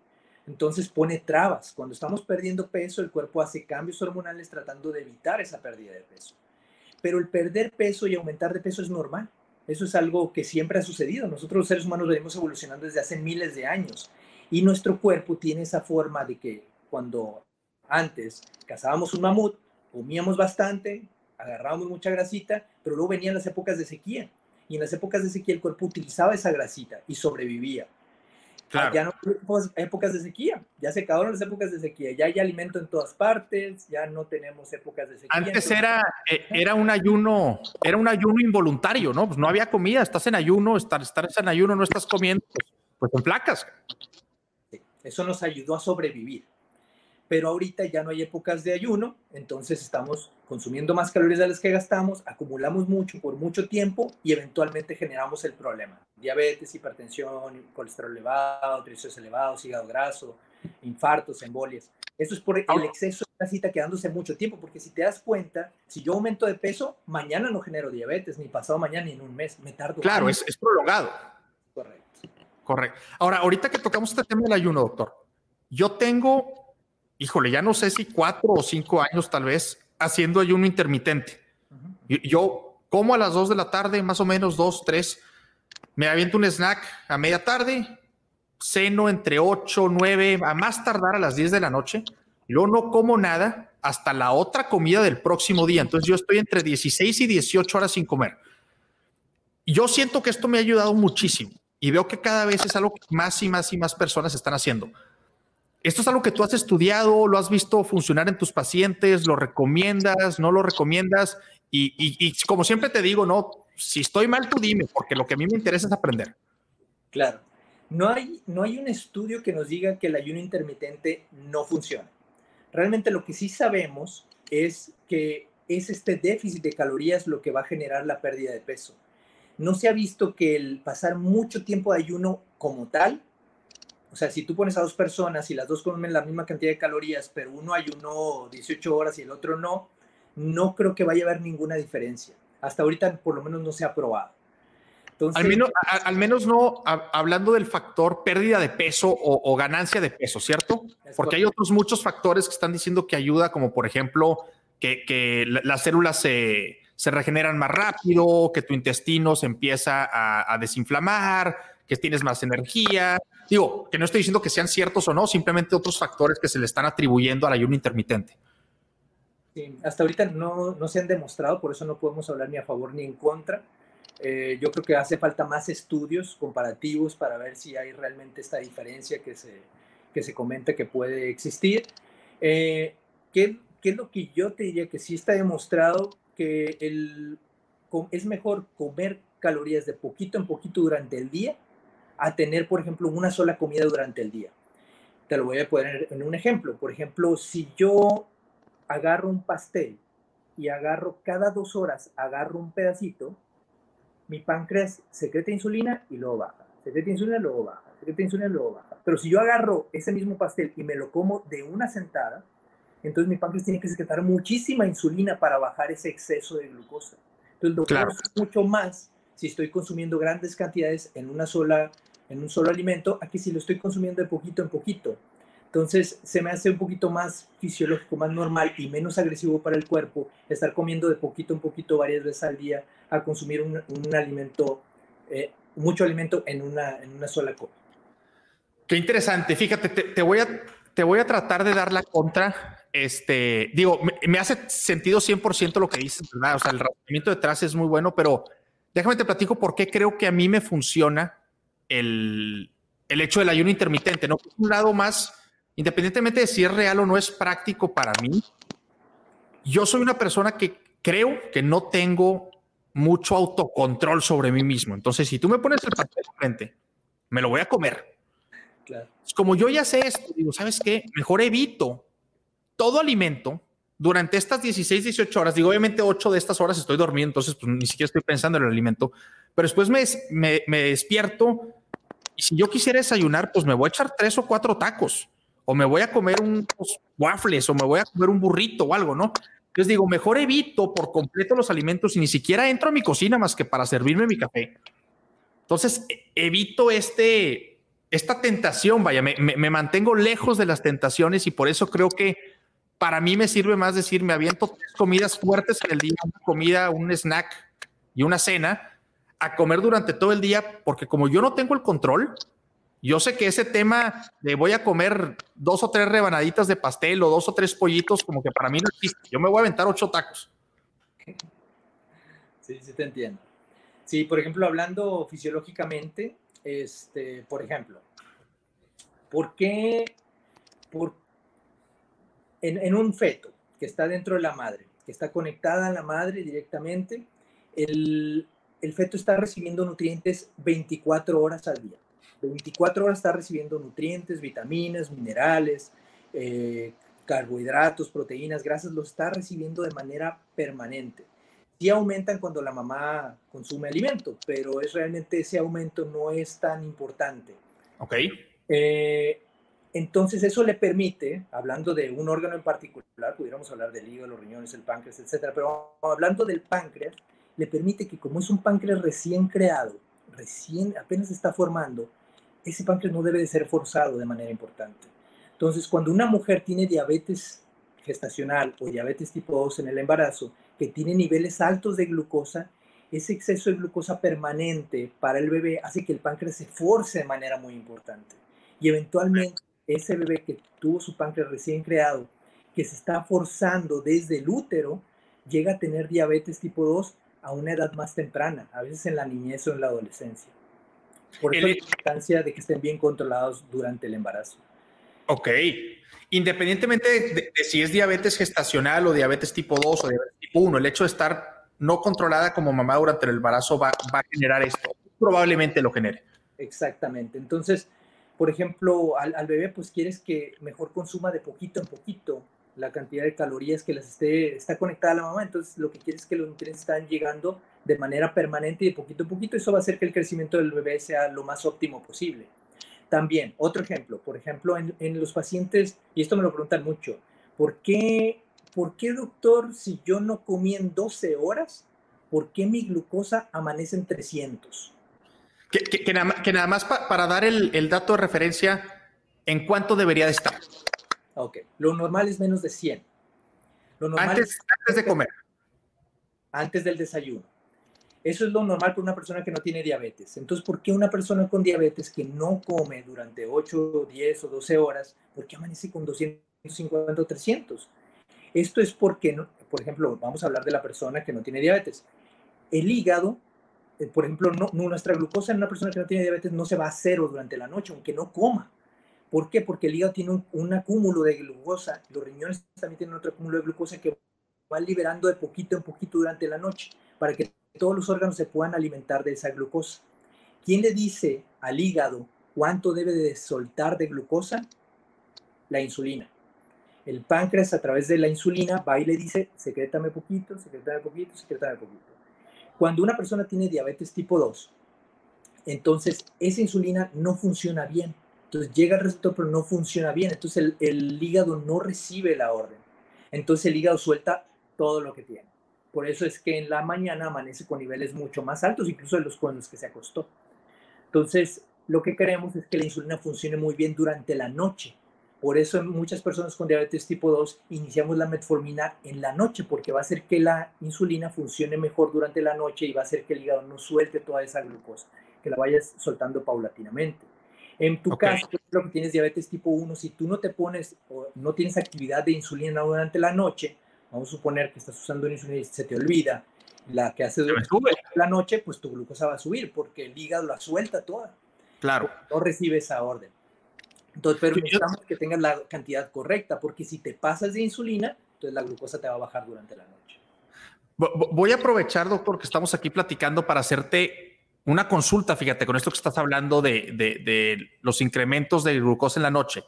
Entonces pone trabas. Cuando estamos perdiendo peso, el cuerpo hace cambios hormonales tratando de evitar esa pérdida de peso. Pero el perder peso y aumentar de peso es normal. Eso es algo que siempre ha sucedido. Nosotros los seres humanos venimos evolucionando desde hace miles de años. Y nuestro cuerpo tiene esa forma de que cuando antes cazábamos un mamut, comíamos bastante, agarrábamos mucha grasita, pero luego venían las épocas de sequía. Y en las épocas de sequía el cuerpo utilizaba esa grasita y sobrevivía. Claro. Ya no hay épocas de sequía, ya se acabaron las épocas de sequía, ya hay alimento en todas partes, ya no tenemos épocas de sequía. Antes era un ayuno involuntario, ¿no? Pues no había comida, estás en ayuno, estás en ayuno, no estás comiendo, pues en placas. Sí, eso nos ayudó a sobrevivir. Pero ahorita ya no hay épocas de ayuno, entonces estamos consumiendo más calorías de las que gastamos, acumulamos mucho por mucho tiempo y eventualmente generamos el problema. Diabetes, hipertensión, colesterol elevado, triglicéridos elevados, hígado graso, infartos, embolias. Esto es por el exceso de grasita quedándose mucho tiempo, porque si te das cuenta, si yo aumento de peso, mañana no genero diabetes, ni pasado mañana, ni en un mes, me tardo. Claro, es prolongado. Correcto. Ahora, ahorita que tocamos este tema del ayuno, doctor, yo tengo... Híjole, ya no sé si 4 o 5 años tal vez haciendo ayuno intermitente. Yo como a las 2 de la tarde, más o menos 2, 3, me aviento un snack a media tarde, ceno entre 8, 9, a más tardar a las 10 de la noche, y luego no como nada hasta la otra comida del próximo día. Entonces yo estoy entre 16 y 18 horas sin comer. Yo siento que esto me ha ayudado muchísimo y veo que cada vez es algo que más y más y más personas están haciendo. ¿Esto es algo que tú has estudiado, lo has visto funcionar en tus pacientes, lo recomiendas, no lo recomiendas? Y como siempre te digo, no, si estoy mal, tú dime, porque lo que a mí me interesa es aprender. Claro. No hay un estudio que nos diga que el ayuno intermitente no funciona. Realmente lo que sí sabemos es que es este déficit de calorías lo que va a generar la pérdida de peso. No se ha visto que el pasar mucho tiempo de ayuno como tal, o sea, si tú pones a 2 personas y las 2 comen la misma cantidad de calorías, pero uno ayunó 18 horas y el otro no creo que vaya a haber ninguna diferencia. Hasta ahorita por lo menos no se ha probado. Entonces, al menos no hablando del factor pérdida de peso o ganancia de peso, ¿cierto? Porque hay otros muchos factores que están diciendo que ayuda, como por ejemplo que las células se regeneran más rápido, que tu intestino se empieza a desinflamar, que tienes más energía. Digo, que no estoy diciendo que sean ciertos o no, simplemente otros factores que se le están atribuyendo al ayuno intermitente. Sí, hasta ahorita no se han demostrado, por eso no podemos hablar ni a favor ni en contra. Yo creo que hace falta más estudios comparativos para ver si hay realmente esta diferencia que se comenta que puede existir. ¿Qué es lo que yo te diría? Que sí está demostrado que es mejor comer calorías de poquito en poquito durante el día a tener, por ejemplo, una sola comida durante el día. Te lo voy a poner en un ejemplo. Por ejemplo, si yo agarro un pastel y cada 2 horas agarro un pedacito, mi páncreas secreta insulina y luego baja. Secreta insulina y luego baja. Secreta insulina y luego baja. Pero si yo agarro ese mismo pastel y me lo como de una sentada, entonces mi páncreas tiene que secretar muchísima insulina para bajar ese exceso de glucosa. Entonces lo claro. Mucho más si estoy consumiendo grandes cantidades en un solo alimento, a que si lo estoy consumiendo de poquito en poquito. Entonces se me hace un poquito más fisiológico, más normal y menos agresivo para el cuerpo estar comiendo de poquito en poquito varias veces al día a consumir un alimento, mucho alimento en una sola copa. Qué interesante. Fíjate, te voy a tratar de dar la contra. Digo, me hace sentido 100% lo que dices, ¿verdad? O sea, el razonamiento detrás es muy bueno, pero déjame te platico por qué creo que a mí me funciona el hecho del ayuno intermitente, ¿no? Por un lado más, independientemente de si es real o no es práctico para mí, yo soy una persona que creo que no tengo mucho autocontrol sobre mí mismo. Entonces, si tú me pones el pastel enfrente, me lo voy a comer. Claro. Como yo ya sé esto, digo, ¿sabes qué? Mejor evito todo alimento durante estas 16, 18 horas. Digo, obviamente 8 de estas horas estoy dormido, entonces pues, ni siquiera estoy pensando en el alimento. Pero después me despierto y si yo quisiera desayunar, pues me voy a echar 3 o 4 tacos o me voy a comer unos waffles o me voy a comer un burrito o algo, ¿no? Entonces digo, mejor evito por completo los alimentos y ni siquiera entro a mi cocina más que para servirme mi café. Entonces evito esta tentación, vaya, me mantengo lejos de las tentaciones y por eso creo que para mí me sirve más decir, me aviento 3 comidas fuertes en el día, una comida, un snack y una cena, a comer durante todo el día, porque como yo no tengo el control, yo sé que ese tema de voy a comer 2 o 3 rebanaditas de pastel o 2 o 3 pollitos, como que para mí no existe. Yo me voy a aventar 8 tacos. Sí, sí te entiendo. Sí, por ejemplo, hablando fisiológicamente, por ejemplo, ¿por qué por, en un feto que está dentro de la madre, que está conectada a la madre directamente, el feto está recibiendo nutrientes 24 horas al día? 24 horas está recibiendo nutrientes, vitaminas, minerales, carbohidratos, proteínas, grasas, los está recibiendo de manera permanente. Sí aumentan cuando la mamá consume alimento, pero realmente ese aumento no es tan importante. Ok. Entonces eso le permite, hablando de un órgano en particular, pudiéramos hablar del hígado, los riñones, el páncreas, etcétera, pero hablando del páncreas, le permite que como es un páncreas recién creado, apenas está formando, ese páncreas no debe de ser forzado de manera importante. Entonces, cuando una mujer tiene diabetes gestacional o diabetes tipo 2 en el embarazo, que tiene niveles altos de glucosa, ese exceso de glucosa permanente para el bebé hace que el páncreas se force de manera muy importante. Y eventualmente ese bebé que tuvo su páncreas recién creado, que se está forzando desde el útero, llega a tener diabetes tipo 2 a una edad más temprana, a veces en la niñez o en la adolescencia. Por eso la importancia de que estén bien controlados durante el embarazo. Ok. Independientemente de si es diabetes gestacional o diabetes tipo 2 o diabetes tipo 1, el hecho de estar no controlada como mamá durante el embarazo va a generar esto. Probablemente lo genere. Exactamente. Entonces, por ejemplo, al bebé, pues quieres que mejor consuma de poquito en poquito la cantidad de calorías que está conectada a la mamá. Entonces, lo que quieres es que los nutrientes están llegando de manera permanente y de poquito en poquito. Eso va a hacer que el crecimiento del bebé sea lo más óptimo posible. También, otro ejemplo, por ejemplo, en los pacientes, y esto me lo preguntan mucho, ¿por qué, doctor, si yo no comí en 12 horas, por qué mi glucosa amanece en 300? Que nada más para dar el dato de referencia, ¿en cuánto debería de estar? Ok, lo normal es menos de 100. Lo normal antes de comer. Antes del desayuno. Eso es lo normal para una persona que no tiene diabetes. Entonces, ¿por qué una persona con diabetes que no come durante 8, 10 o 12 horas, por qué amanece con 250 o 300? Esto es porque, por ejemplo, vamos a hablar de la persona que no tiene diabetes. El hígado, por ejemplo, nuestra glucosa en una persona que no tiene diabetes no se va a cero durante la noche, aunque no coma. ¿Por qué? Porque el hígado tiene un acúmulo de glucosa, los riñones también tienen otro acúmulo de glucosa que va liberando de poquito en poquito durante la noche para que todos los órganos se puedan alimentar de esa glucosa. ¿Quién le dice al hígado cuánto debe de soltar de glucosa? La insulina. El páncreas a través de la insulina va y le dice, secrétame poquito, secrétame poquito, secrétame poquito. Cuando una persona tiene diabetes tipo 2, entonces esa insulina no funciona bien. Entonces llega el receptor pero no funciona bien. Entonces el hígado no recibe la orden. Entonces el hígado suelta todo lo que tiene. Por eso es que en la mañana amanece con niveles mucho más altos, incluso de los con los que se acostó. Entonces lo que queremos es que la insulina funcione muy bien durante la noche. Por eso en muchas personas con diabetes tipo 2 iniciamos la metformina en la noche, porque va a hacer que la insulina funcione mejor durante la noche y va a hacer que el hígado no suelte toda esa glucosa, que la vayas soltando paulatinamente. En tu caso, por ejemplo, que tienes diabetes tipo 1, si tú no te pones o no tienes actividad de insulina durante la noche, vamos a suponer que estás usando una insulina y se te olvida la que hace durante la noche, pues tu glucosa va a subir porque el hígado la suelta toda. Claro. No recibe esa orden. Entonces, pero necesitamos que tengas la cantidad correcta, porque si te pasas de insulina, entonces la glucosa te va a bajar durante la noche. Voy a aprovechar, doctor, que estamos aquí platicando para hacerte una consulta, fíjate, con esto que estás hablando de los incrementos de glucosa en la noche.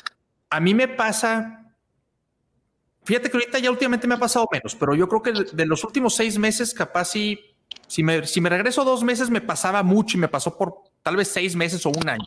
A mí me pasa, fíjate que ahorita ya últimamente me ha pasado menos, pero yo creo que de los últimos 6 meses, capaz si me regreso 2 meses, me pasaba mucho y me pasó por tal vez 6 meses o un año.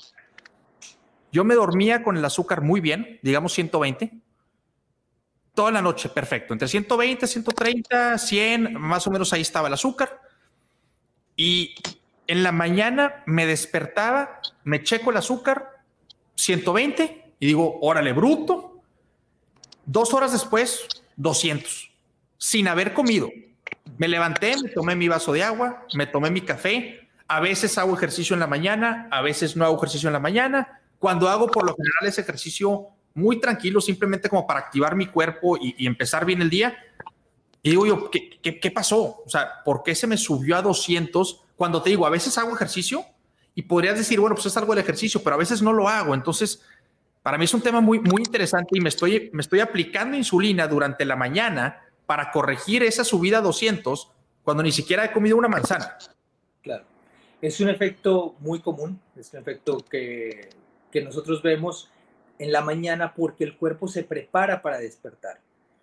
Yo me dormía con el azúcar muy bien, digamos 120. Toda la noche, perfecto. Entre 120, 130, 100, más o menos ahí estaba el azúcar. Y en la mañana me despertaba, me checo el azúcar, 120, y digo, órale, bruto. 2 horas después, 200, sin haber comido. Me levanté, me tomé mi vaso de agua, me tomé mi café. A veces hago ejercicio en la mañana, a veces no hago ejercicio en la mañana. Cuando hago, por lo general, ese ejercicio muy tranquilo, simplemente como para activar mi cuerpo y empezar bien el día. Y digo yo, ¿qué pasó? O sea, ¿por qué se me subió a 200? Cuando te digo, a veces hago ejercicio y podrías decir, bueno, pues es algo del ejercicio, pero a veces no lo hago. Entonces, para mí es un tema muy, muy interesante y me estoy aplicando insulina durante la mañana para corregir esa subida a 200 cuando ni siquiera he comido una manzana. Claro. Es un efecto muy común, es un efecto que nosotros vemos en la mañana porque el cuerpo se prepara para despertar.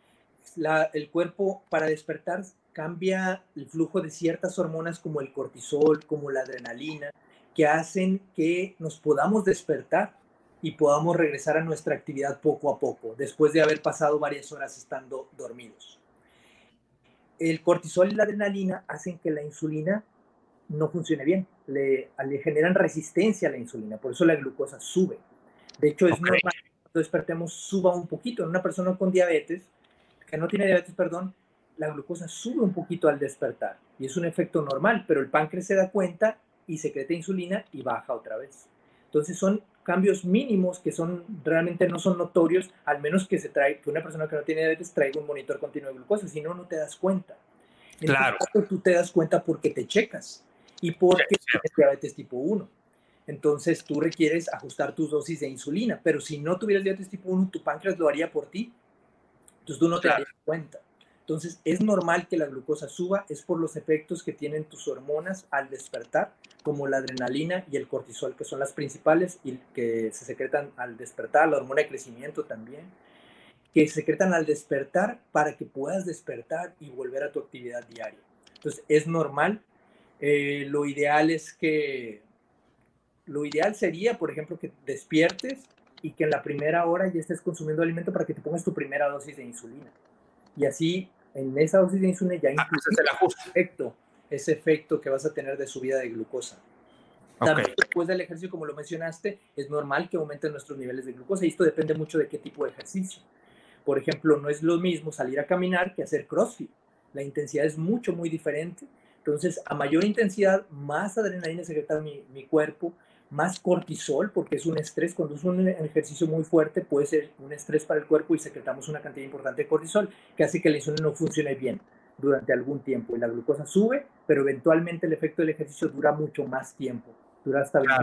El cuerpo para despertar cambia el flujo de ciertas hormonas como el cortisol, como la adrenalina, que hacen que nos podamos despertar y podamos regresar a nuestra actividad poco a poco, después de haber pasado varias horas estando dormidos. El cortisol y la adrenalina hacen que la insulina no funcione bien, le generan resistencia a la insulina, por eso la glucosa sube. De hecho, es normal que cuando despertemos suba un poquito. En una persona con diabetes, que no tiene diabetes, perdón, la glucosa sube un poquito al despertar y es un efecto normal, pero el páncreas se da cuenta y secreta insulina y baja otra vez. Entonces son cambios mínimos que realmente no son notorios, al menos que una persona que no tiene diabetes traiga un monitor continuo de glucosa, si no, no te das cuenta. Claro. Entonces, tú te das cuenta porque te checas y porque tienes diabetes tipo 1. Entonces tú requieres ajustar tus dosis de insulina, pero si no tuvieras diabetes tipo 1, tu páncreas lo haría por ti. Entonces tú no te darías cuenta. Entonces es normal que la glucosa suba, es por los efectos que tienen tus hormonas al despertar, como la adrenalina y el cortisol, que son las principales y que se secretan al despertar, la hormona de crecimiento también, que se secretan al despertar para que puedas despertar y volver a tu actividad diaria. Entonces es normal. Lo ideal sería, por ejemplo, que despiertes y que en la primera hora ya estés consumiendo alimento para que te pongas tu primera dosis de insulina. Y así, en esa dosis de insulina ya incluye ese efecto que vas a tener de subida de glucosa. También después del ejercicio, como lo mencionaste, es normal que aumenten nuestros niveles de glucosa y esto depende mucho de qué tipo de ejercicio. Por ejemplo, no es lo mismo salir a caminar que hacer CrossFit. La intensidad es muy diferente. Entonces, a mayor intensidad, más adrenalina secreta mi cuerpo, más cortisol, porque es un estrés. Cuando es un ejercicio muy fuerte, puede ser un estrés para el cuerpo y secretamos una cantidad importante de cortisol que hace que la insulina no funcione bien durante algún tiempo. Y la glucosa sube, pero eventualmente el efecto del ejercicio dura mucho más tiempo. Dura hasta 20.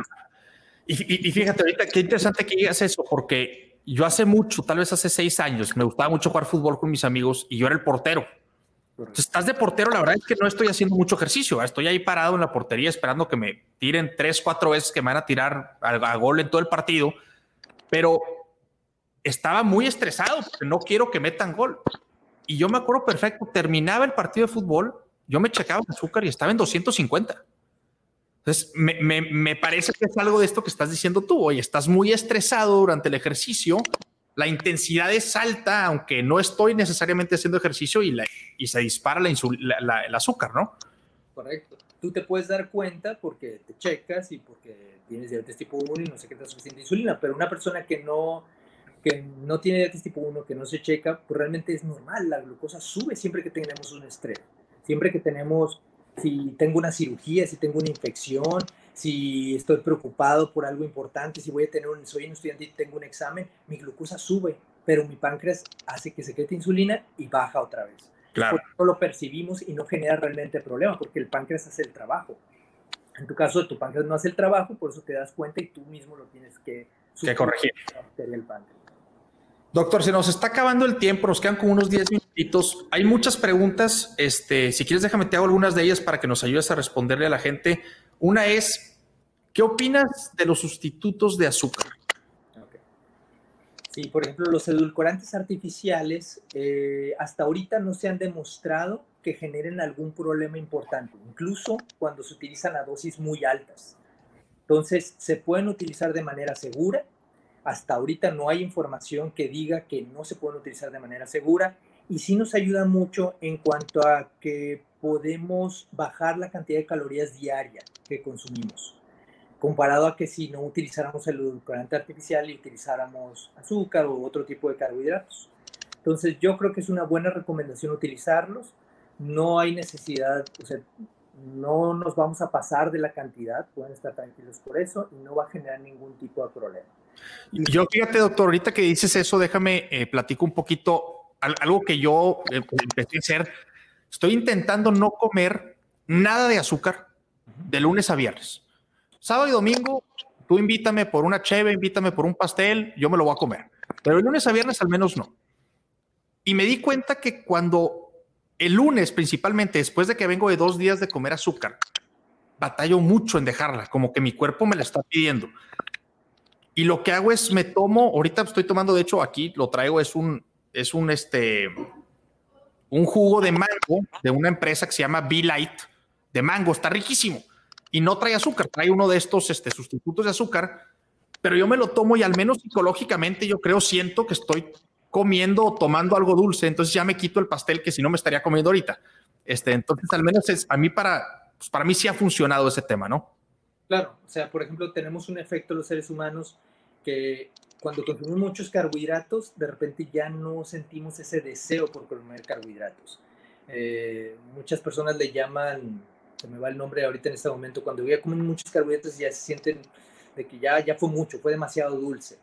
Y fíjate, ahorita qué interesante que digas eso, porque yo hace mucho, tal vez hace 6 años, me gustaba mucho jugar fútbol con mis amigos y yo era el portero. Entonces, estás de portero, la verdad es que no estoy haciendo mucho ejercicio. Estoy ahí parado en la portería esperando que me tiren 3, 4 veces que me van a tirar a gol en todo el partido. Pero estaba muy estresado porque no quiero que metan gol. Y yo me acuerdo perfecto, terminaba el partido de fútbol, yo me checaba el azúcar y estaba en 250. Entonces, me parece que es algo de esto que estás diciendo tú. Oye, estás muy estresado durante el ejercicio, la intensidad es alta, aunque no estoy necesariamente haciendo ejercicio y se dispara el azúcar, ¿no? Correcto. Tú te puedes dar cuenta porque te checas y porque tienes diabetes tipo 1 y no secretas suficiente insulina, pero una persona que no tiene diabetes tipo 1, que no se checa, pues realmente es normal, la glucosa sube siempre que tenemos un estrés, siempre que si tengo una cirugía, si tengo una infección, si estoy preocupado por algo importante, si soy un estudiante y tengo un examen, mi glucosa sube, pero mi páncreas hace que secrete insulina y baja otra vez. Claro. Por eso lo percibimos y no genera realmente problema, porque el páncreas hace el trabajo. En tu caso, tu páncreas no hace el trabajo, por eso te das cuenta y tú mismo lo tienes que corregir. El páncreas. Doctor, se nos está acabando el tiempo, nos quedan como unos 10 minutitos. Hay muchas preguntas. Si quieres, déjame te hago algunas de ellas para que nos ayudes a responderle a la gente. Una es, ¿qué opinas de los sustitutos de azúcar? Okay. Sí, por ejemplo, los edulcorantes artificiales hasta ahorita no se han demostrado que generen algún problema importante, incluso cuando se utilizan a dosis muy altas. Entonces, se pueden utilizar de manera segura. Hasta ahorita no hay información que diga que no se pueden utilizar de manera segura y sí nos ayuda mucho en cuanto a que podemos bajar la cantidad de calorías diarias. que consumimos, comparado a que si no utilizáramos el edulcorante artificial y utilizáramos azúcar u otro tipo de carbohidratos. Entonces yo creo que es una buena recomendación utilizarlos. No hay necesidad, o sea, no nos vamos a pasar de la cantidad, pueden estar tranquilos por eso y no va a generar ningún tipo de problema. Yo fíjate, doctor, ahorita que dices eso, déjame platico un poquito algo que yo empecé a hacer. Estoy intentando no comer nada de azúcar de lunes a viernes. Sábado y domingo, tú invítame por una cheve, invítame por un pastel, yo me lo voy a comer. Pero el lunes a viernes al menos no. Y me di cuenta que cuando el lunes, principalmente después de que vengo de 2 días de comer azúcar, batallo mucho en dejarla, como que mi cuerpo me la está pidiendo. Y lo que hago es me tomo, ahorita estoy tomando, de hecho aquí lo traigo, es un jugo de mango de una empresa que se llama Be Light de mango, está riquísimo y no trae azúcar, trae uno de estos sustitutos de azúcar, pero yo me lo tomo y al menos psicológicamente yo creo, siento que estoy comiendo o tomando algo dulce, entonces ya me quito el pastel que si no me estaría comiendo ahorita. Entonces al menos a mí para mí sí ha funcionado ese tema, ¿no? Claro, o sea, por ejemplo, tenemos un efecto los seres humanos que cuando consumimos muchos carbohidratos, de repente ya no sentimos ese deseo por comer carbohidratos. Muchas personas le llaman, se me va el nombre ahorita en este momento, cuando ya comen muchos carbohidratos ya se sienten de que ya fue mucho, fue demasiado dulce.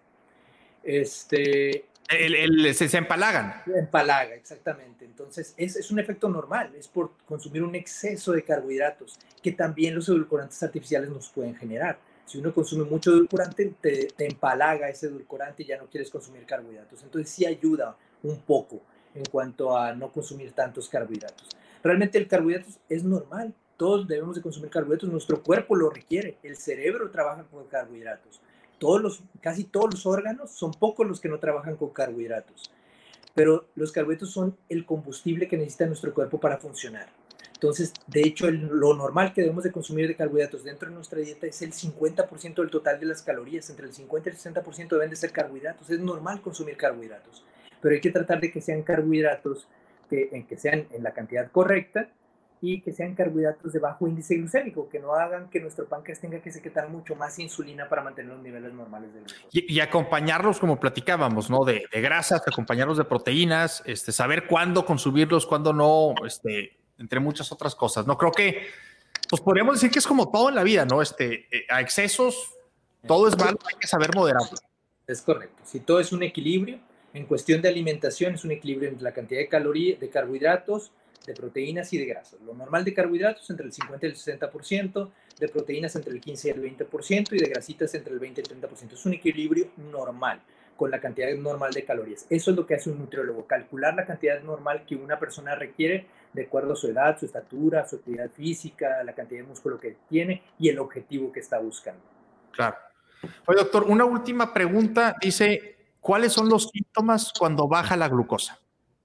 Se empalagan. Empalaga, exactamente. Entonces, es un efecto normal, es por consumir un exceso de carbohidratos, que también los edulcorantes artificiales nos pueden generar. Si uno consume mucho edulcorante, te empalaga ese edulcorante y ya no quieres consumir carbohidratos. Entonces, sí ayuda un poco en cuanto a no consumir tantos carbohidratos. Realmente el carbohidrato es normal, todos debemos de consumir carbohidratos, nuestro cuerpo lo requiere, el cerebro trabaja con carbohidratos. Casi todos los órganos, son pocos los que no trabajan con carbohidratos, pero los carbohidratos son el combustible que necesita nuestro cuerpo para funcionar. Entonces, de hecho, lo normal que debemos de consumir de carbohidratos dentro de nuestra dieta es el 50% del total de las calorías, entre el 50 y el 60% deben de ser carbohidratos, es normal consumir carbohidratos, pero hay que tratar de que sean carbohidratos que sean en la cantidad correcta, y que sean carbohidratos de bajo índice glucémico, que no hagan que nuestro páncreas tenga que secretar mucho más insulina para mantener los niveles normales de glucosa. Y acompañarlos, como platicábamos, ¿no? De grasas, acompañarlos de proteínas, saber cuándo consumirlos, cuándo no, entre muchas otras cosas, ¿no? Creo que, pues podríamos decir que es como todo en la vida, ¿no? A excesos, todo es malo, hay que saber moderarlo. Es correcto. Si todo es un equilibrio, en cuestión de alimentación es un equilibrio entre la cantidad de calorías, de carbohidratos, de proteínas y de grasas. Lo normal de carbohidratos entre el 50 y el 60%, de proteínas entre el 15 y el 20% y de grasitas entre el 20 y el 30%. Es un equilibrio normal con la cantidad normal de calorías. Eso es lo que hace un nutriólogo, calcular la cantidad normal que una persona requiere de acuerdo a su edad, su estatura, su actividad física, la cantidad de músculo que tiene y el objetivo que está buscando. Claro. Oye, doctor, una última pregunta. Dice, ¿cuáles son los síntomas cuando baja la glucosa?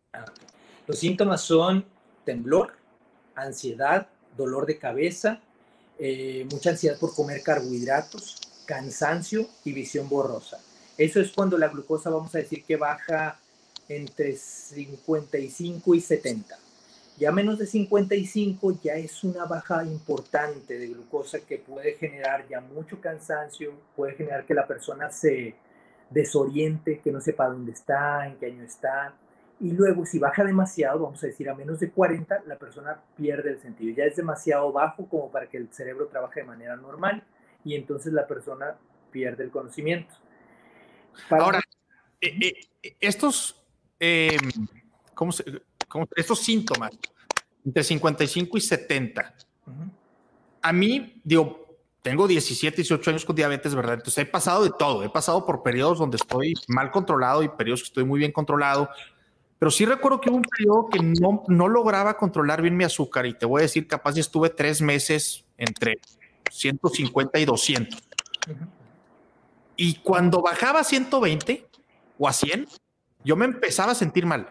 Los síntomas son temblor, ansiedad, dolor de cabeza, mucha ansiedad por comer carbohidratos, cansancio y visión borrosa. Eso es cuando la glucosa, vamos a decir que baja entre 55 y 70. Ya menos de 55 ya es una baja importante de glucosa que puede generar ya mucho cansancio, puede generar que la persona se desoriente, que no sepa dónde está, en qué año está. Y luego, si baja demasiado, vamos a decir a menos de 40, la persona pierde el sentido. Ya es demasiado bajo como para que el cerebro trabaje de manera normal y entonces la persona pierde el conocimiento. Ahora, estos síntomas entre 55 y 70, a mí, digo, tengo 17, 18 años con diabetes, ¿verdad? Entonces he pasado de todo. He pasado por periodos donde estoy mal controlado y periodos que estoy muy bien controlado. Pero sí recuerdo que hubo un periodo que no lograba controlar bien mi azúcar y te voy a decir, capaz ya estuve 3 meses entre 150 y 200. Y cuando bajaba a 120 o a 100, yo me empezaba a sentir mal.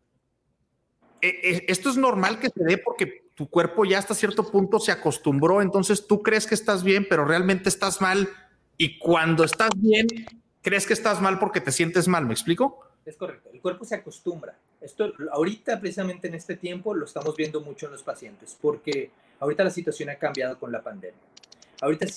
Esto es normal que se dé porque tu cuerpo ya hasta cierto punto se acostumbró, entonces tú crees que estás bien, pero realmente estás mal, y cuando estás bien, crees que estás mal porque te sientes mal, ¿me explico? Es correcto, el cuerpo se acostumbra. Esto ahorita, precisamente en este tiempo, lo estamos viendo mucho en los pacientes, porque ahorita la situación ha cambiado con la pandemia. Ahorita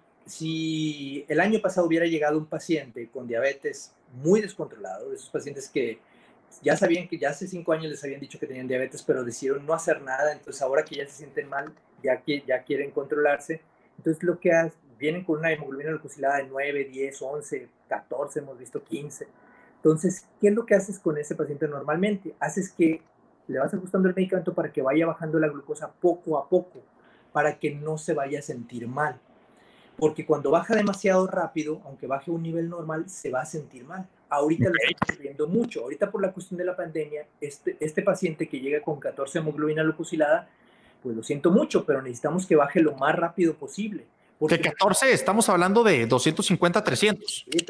si el año pasado hubiera llegado un paciente con diabetes muy descontrolado, de esos pacientes que ya sabían que ya hace 5 años les habían dicho que tenían diabetes, pero decidieron no hacer nada, entonces ahora que ya se sienten mal, ya quieren controlarse, entonces lo que hacen, vienen con una hemoglobina glucosilada de 9, 10, 11, 14, hemos visto 15. Entonces, ¿qué es lo que haces con ese paciente normalmente? Haces que le vas ajustando el medicamento para que vaya bajando la glucosa poco a poco, para que no se vaya a sentir mal. Porque cuando baja demasiado rápido, aunque baje a un nivel normal, se va a sentir mal. Ahorita lo estamos viendo mucho. Ahorita por la cuestión de la pandemia, este paciente que llega con 14 hemoglobina glucosilada, pues lo siento mucho, pero necesitamos que baje lo más rápido posible. Porque de 14 estamos hablando de 250, 300. Sí,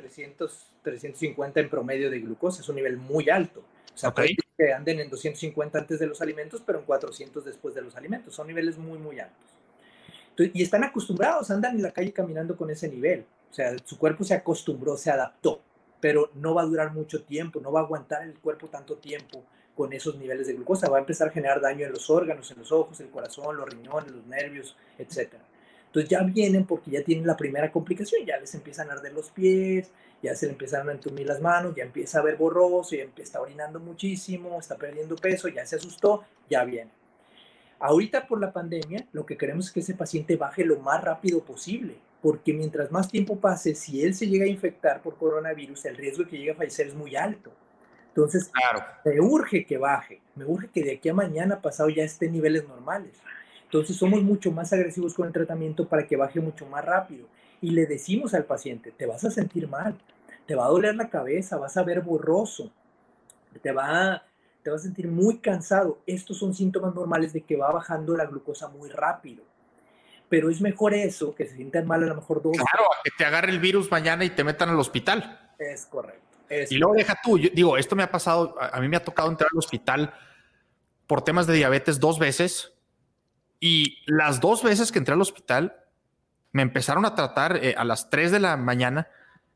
350 en promedio de glucosa, es un nivel muy alto. O sea, puede que anden en 250 antes de los alimentos, pero en 400 después de los alimentos. Son niveles muy, muy altos. Y están acostumbrados, andan en la calle caminando con ese nivel. O sea, su cuerpo se acostumbró, se adaptó, pero no va a durar mucho tiempo, no va a aguantar el cuerpo tanto tiempo con esos niveles de glucosa. Va a empezar a generar daño en los órganos, en los ojos, el corazón, los riñones, los nervios, etc. Entonces ya vienen porque ya tienen la primera complicación, ya les empiezan a arder los pies, ya se le empiezan a entumir las manos, ya empieza a ver borroso, ya está orinando muchísimo, está perdiendo peso, ya se asustó, ya viene. Ahorita por la pandemia, lo que queremos es que ese paciente baje lo más rápido posible, porque mientras más tiempo pase, si él se llega a infectar por coronavirus, el riesgo de que llegue a fallecer es muy alto. Entonces, me urge que baje, me urge que de aquí a mañana pasado ya esté en niveles normales. Entonces, somos mucho más agresivos con el tratamiento para que baje mucho más rápido. Y le decimos al paciente, te vas a sentir mal, te va a doler la cabeza, vas a ver borroso, te vas a sentir muy cansado. Estos son síntomas normales de que va bajando la glucosa muy rápido. Pero es mejor eso, que se sientan mal a lo mejor 2. Claro, a que te agarre el virus mañana y te metan al hospital. Es correcto. Y luego deja tú, yo digo, esto me ha pasado, a mí me ha tocado entrar al hospital por temas de diabetes 2 veces y las 2 veces que entré al hospital me empezaron a tratar a las 3 de la mañana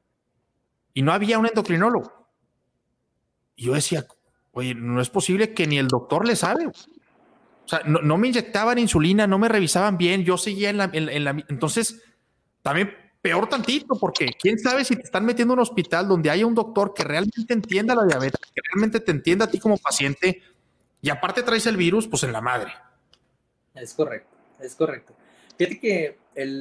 y no había un endocrinólogo. Y yo decía, oye, no es posible que ni el doctor le sabe. O sea, no me inyectaban insulina, no me revisaban bien, yo seguía en la... Entonces, también peor tantito, porque quién sabe si te están metiendo en un hospital donde haya un doctor que realmente entienda la diabetes, que realmente te entienda a ti como paciente, y aparte traes el virus, pues en la madre. Es correcto, es correcto. Fíjate que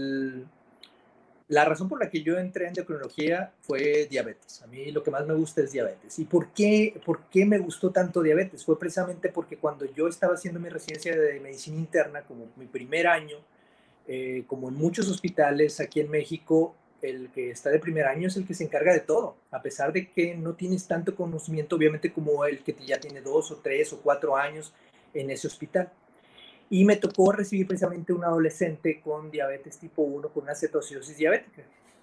la razón por la que yo entré en endocrinología fue diabetes. A mí lo que más me gusta es diabetes. ¿Y por qué me gustó tanto diabetes? Fue precisamente porque cuando yo estaba haciendo mi residencia de medicina interna, como mi primer año, como en muchos hospitales aquí en México, el que está de primer año es el que se encarga de todo, a pesar de que no tienes tanto conocimiento, obviamente, como el que ya tiene 2 o 3 o 4 años en ese hospital. Y me tocó recibir precisamente un adolescente con diabetes tipo 1, con una cetoacidosis diabética.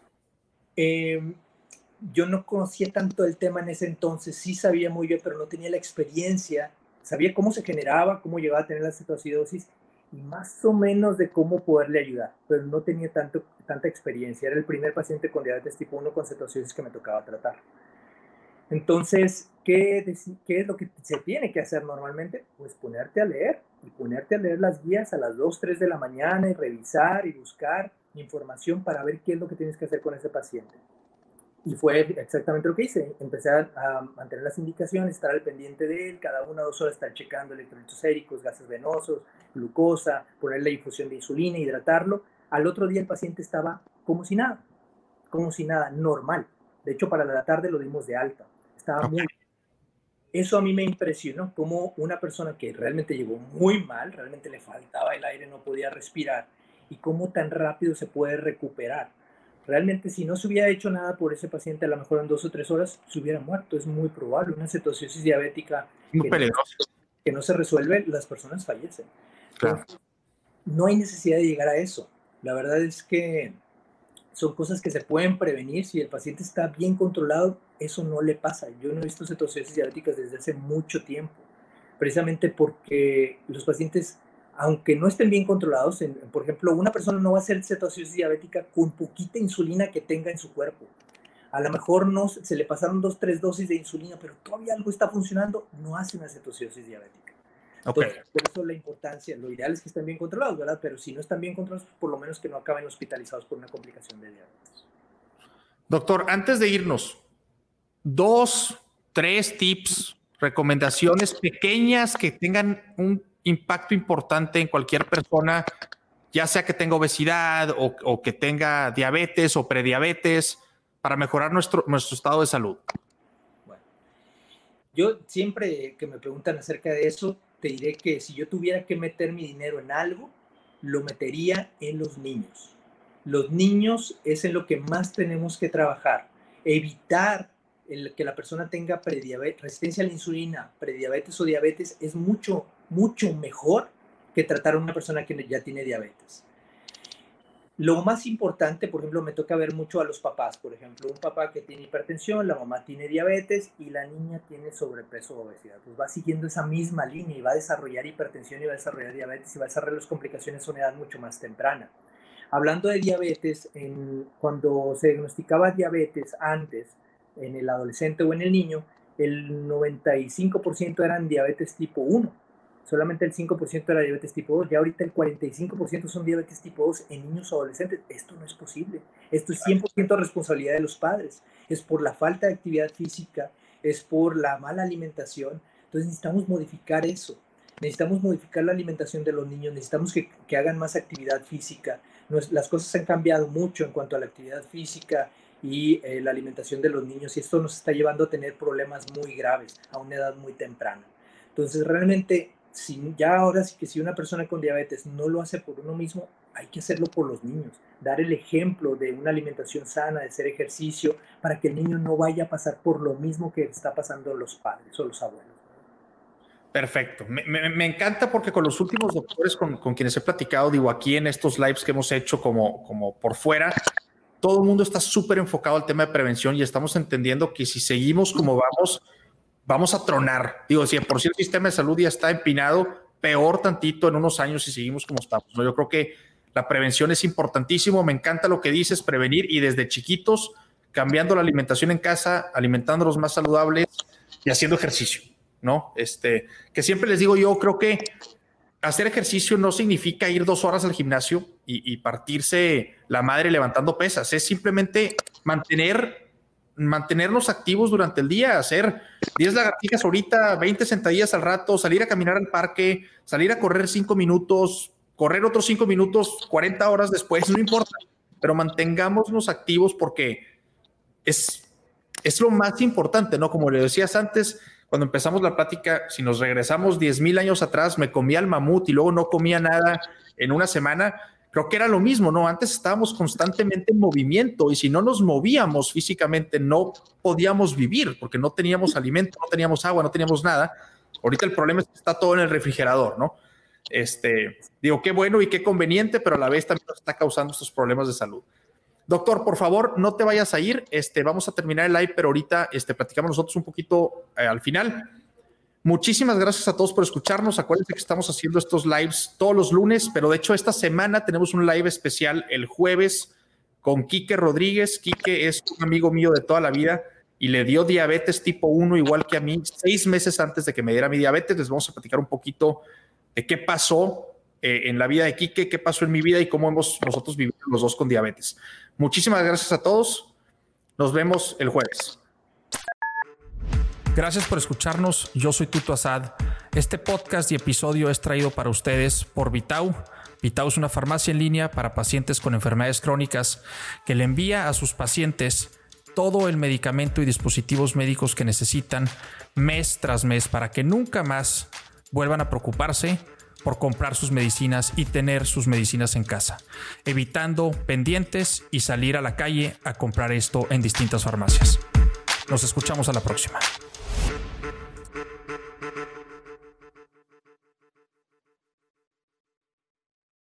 Yo no conocía tanto el tema en ese entonces, sí sabía muy bien, pero no tenía la experiencia, sabía cómo se generaba, cómo llegaba a tener la cetoacidosis y más o menos de cómo poderle ayudar, pero no tenía tanta experiencia. Era el primer paciente con diabetes tipo 1 con cetoacidosis que me tocaba tratar. Entonces, ¿qué es lo que se tiene que hacer normalmente? Pues ponerte a leer las guías a las 2, 3 de la mañana y revisar y buscar información para ver qué es lo que tienes que hacer con ese paciente. Y fue exactamente lo que hice. Empecé a mantener las indicaciones, estar al pendiente de él, cada 1 o 2 horas estar checando electrolitos séricos, gases venosos, glucosa, ponerle infusión de insulina, hidratarlo. Al otro día el paciente estaba como si nada, normal. De hecho, para la tarde lo dimos de alta. Estaba muy... Eso a mí me impresionó, como una persona que realmente llegó muy mal, realmente le faltaba el aire, no podía respirar, y cómo tan rápido se puede recuperar. Realmente, si no se hubiera hecho nada por ese paciente, a lo mejor en 2 o 3 horas se hubiera muerto. Es muy probable. Una cetoacidosis diabética que no se resuelve, las personas fallecen. Claro. Entonces, no hay necesidad de llegar a eso. La verdad es que son cosas que se pueden prevenir. Si el paciente está bien controlado, eso no le pasa. Yo no he visto cetoacidosis diabéticas desde hace mucho tiempo, precisamente porque los pacientes, aunque no estén bien controlados, por ejemplo, una persona no va a hacer cetoacidosis diabética con poquita insulina que tenga en su cuerpo. A lo mejor no, se le pasaron 2, 3 dosis de insulina, pero todavía algo está funcionando, no hace una cetoacidosis diabética. Entonces, por eso la importancia, lo ideal es que estén bien controlados, ¿verdad? Pero si no están bien controlados, por lo menos que no acaben hospitalizados por una complicación de diabetes. Doctor, antes de irnos, 2, 3 tips, recomendaciones pequeñas que tengan un impacto importante en cualquier persona, ya sea que tenga obesidad o que tenga diabetes o prediabetes, para mejorar nuestro estado de salud. Bueno, yo siempre que me preguntan acerca de eso, te diré que si yo tuviera que meter mi dinero en algo, lo metería en los niños. Los niños es en lo que más tenemos que trabajar. Evitar que la persona tenga resistencia a la insulina, prediabetes o diabetes es mucho, mucho mejor que tratar a una persona que ya tiene diabetes. Lo más importante, por ejemplo, me toca ver mucho a los papás. Por ejemplo, un papá que tiene hipertensión, la mamá tiene diabetes y la niña tiene sobrepeso o obesidad. Pues va siguiendo esa misma línea y va a desarrollar hipertensión y va a desarrollar diabetes y va a desarrollar las complicaciones a una edad mucho más temprana. Hablando de diabetes, cuando se diagnosticaba diabetes antes, en el adolescente o en el niño, el 95% eran diabetes tipo 1. Solamente el 5% era diabetes tipo 2. Ya ahorita el 45% son diabetes tipo 2 en niños o adolescentes. Esto no es posible. Esto es 100% responsabilidad de los padres. Es por la falta de actividad física, es por la mala alimentación. Entonces necesitamos modificar eso. Necesitamos modificar la alimentación de los niños. Necesitamos que hagan más actividad física. Las cosas han cambiado mucho en cuanto a la actividad física y la alimentación de los niños. Y esto nos está llevando a tener problemas muy graves a una edad muy temprana. Entonces realmente... ahora sí que si una persona con diabetes no lo hace por uno mismo, hay que hacerlo por los niños. Dar el ejemplo de una alimentación sana, de hacer ejercicio, para que el niño no vaya a pasar por lo mismo que está pasando los padres o los abuelos. Perfecto. Me encanta porque con los últimos doctores con quienes he platicado, digo, aquí en estos lives que hemos hecho como por fuera, todo el mundo está súper enfocado al tema de prevención y estamos entendiendo que si seguimos como vamos a tronar. Digo, si por sí el sistema de salud ya está empinado, peor tantito en unos años si seguimos como estamos, ¿no? Yo creo que la prevención es importantísimo. Me encanta lo que dices, prevenir y desde chiquitos, cambiando la alimentación en casa, alimentándolos más saludables y haciendo ejercicio, ¿no? Que siempre les digo yo, creo que hacer ejercicio no significa ir 2 horas al gimnasio y partirse la madre levantando pesas. Es simplemente mantenernos activos durante el día, hacer 10 lagartijas ahorita, 20 sentadillas al rato, salir a caminar al parque, salir a correr 5 minutos, correr otros 5 minutos, 40 horas después, no importa, pero mantengámonos activos porque es lo más importante, ¿no? Como le decías antes, cuando empezamos la plática, si nos regresamos 10,000 años atrás, me comía el mamut y luego no comía nada en una semana. Creo que era lo mismo, ¿no? Antes estábamos constantemente en movimiento y si no nos movíamos físicamente no podíamos vivir porque no teníamos alimento, no teníamos agua, no teníamos nada. Ahorita el problema es que está todo en el refrigerador, ¿no? Digo, qué bueno y qué conveniente, pero a la vez también nos está causando estos problemas de salud. Doctor, por favor, no te vayas a ir. Vamos a terminar el live, pero ahorita platicamos nosotros un poquito al final. Muchísimas gracias a todos por escucharnos. Acuérdense que estamos haciendo estos lives todos los lunes, pero de hecho esta semana tenemos un live especial el jueves con Quique Rodríguez. Quique es un amigo mío de toda la vida y le dio diabetes tipo 1 igual que a mí 6 meses antes de que me diera mi diabetes. Les vamos a platicar un poquito de qué pasó en la vida de Quique, qué pasó en mi vida y cómo hemos nosotros vivido los dos con diabetes. Muchísimas gracias a todos. Nos vemos el jueves. Gracias por escucharnos. Yo soy Tuto Asad. Este podcast y episodio es traído para ustedes por Vitau. Vitau es una farmacia en línea para pacientes con enfermedades crónicas que le envía a sus pacientes todo el medicamento y dispositivos médicos que necesitan mes tras mes para que nunca más vuelvan a preocuparse por comprar sus medicinas y tener sus medicinas en casa, evitando pendientes y salir a la calle a comprar esto en distintas farmacias. Nos escuchamos a la próxima.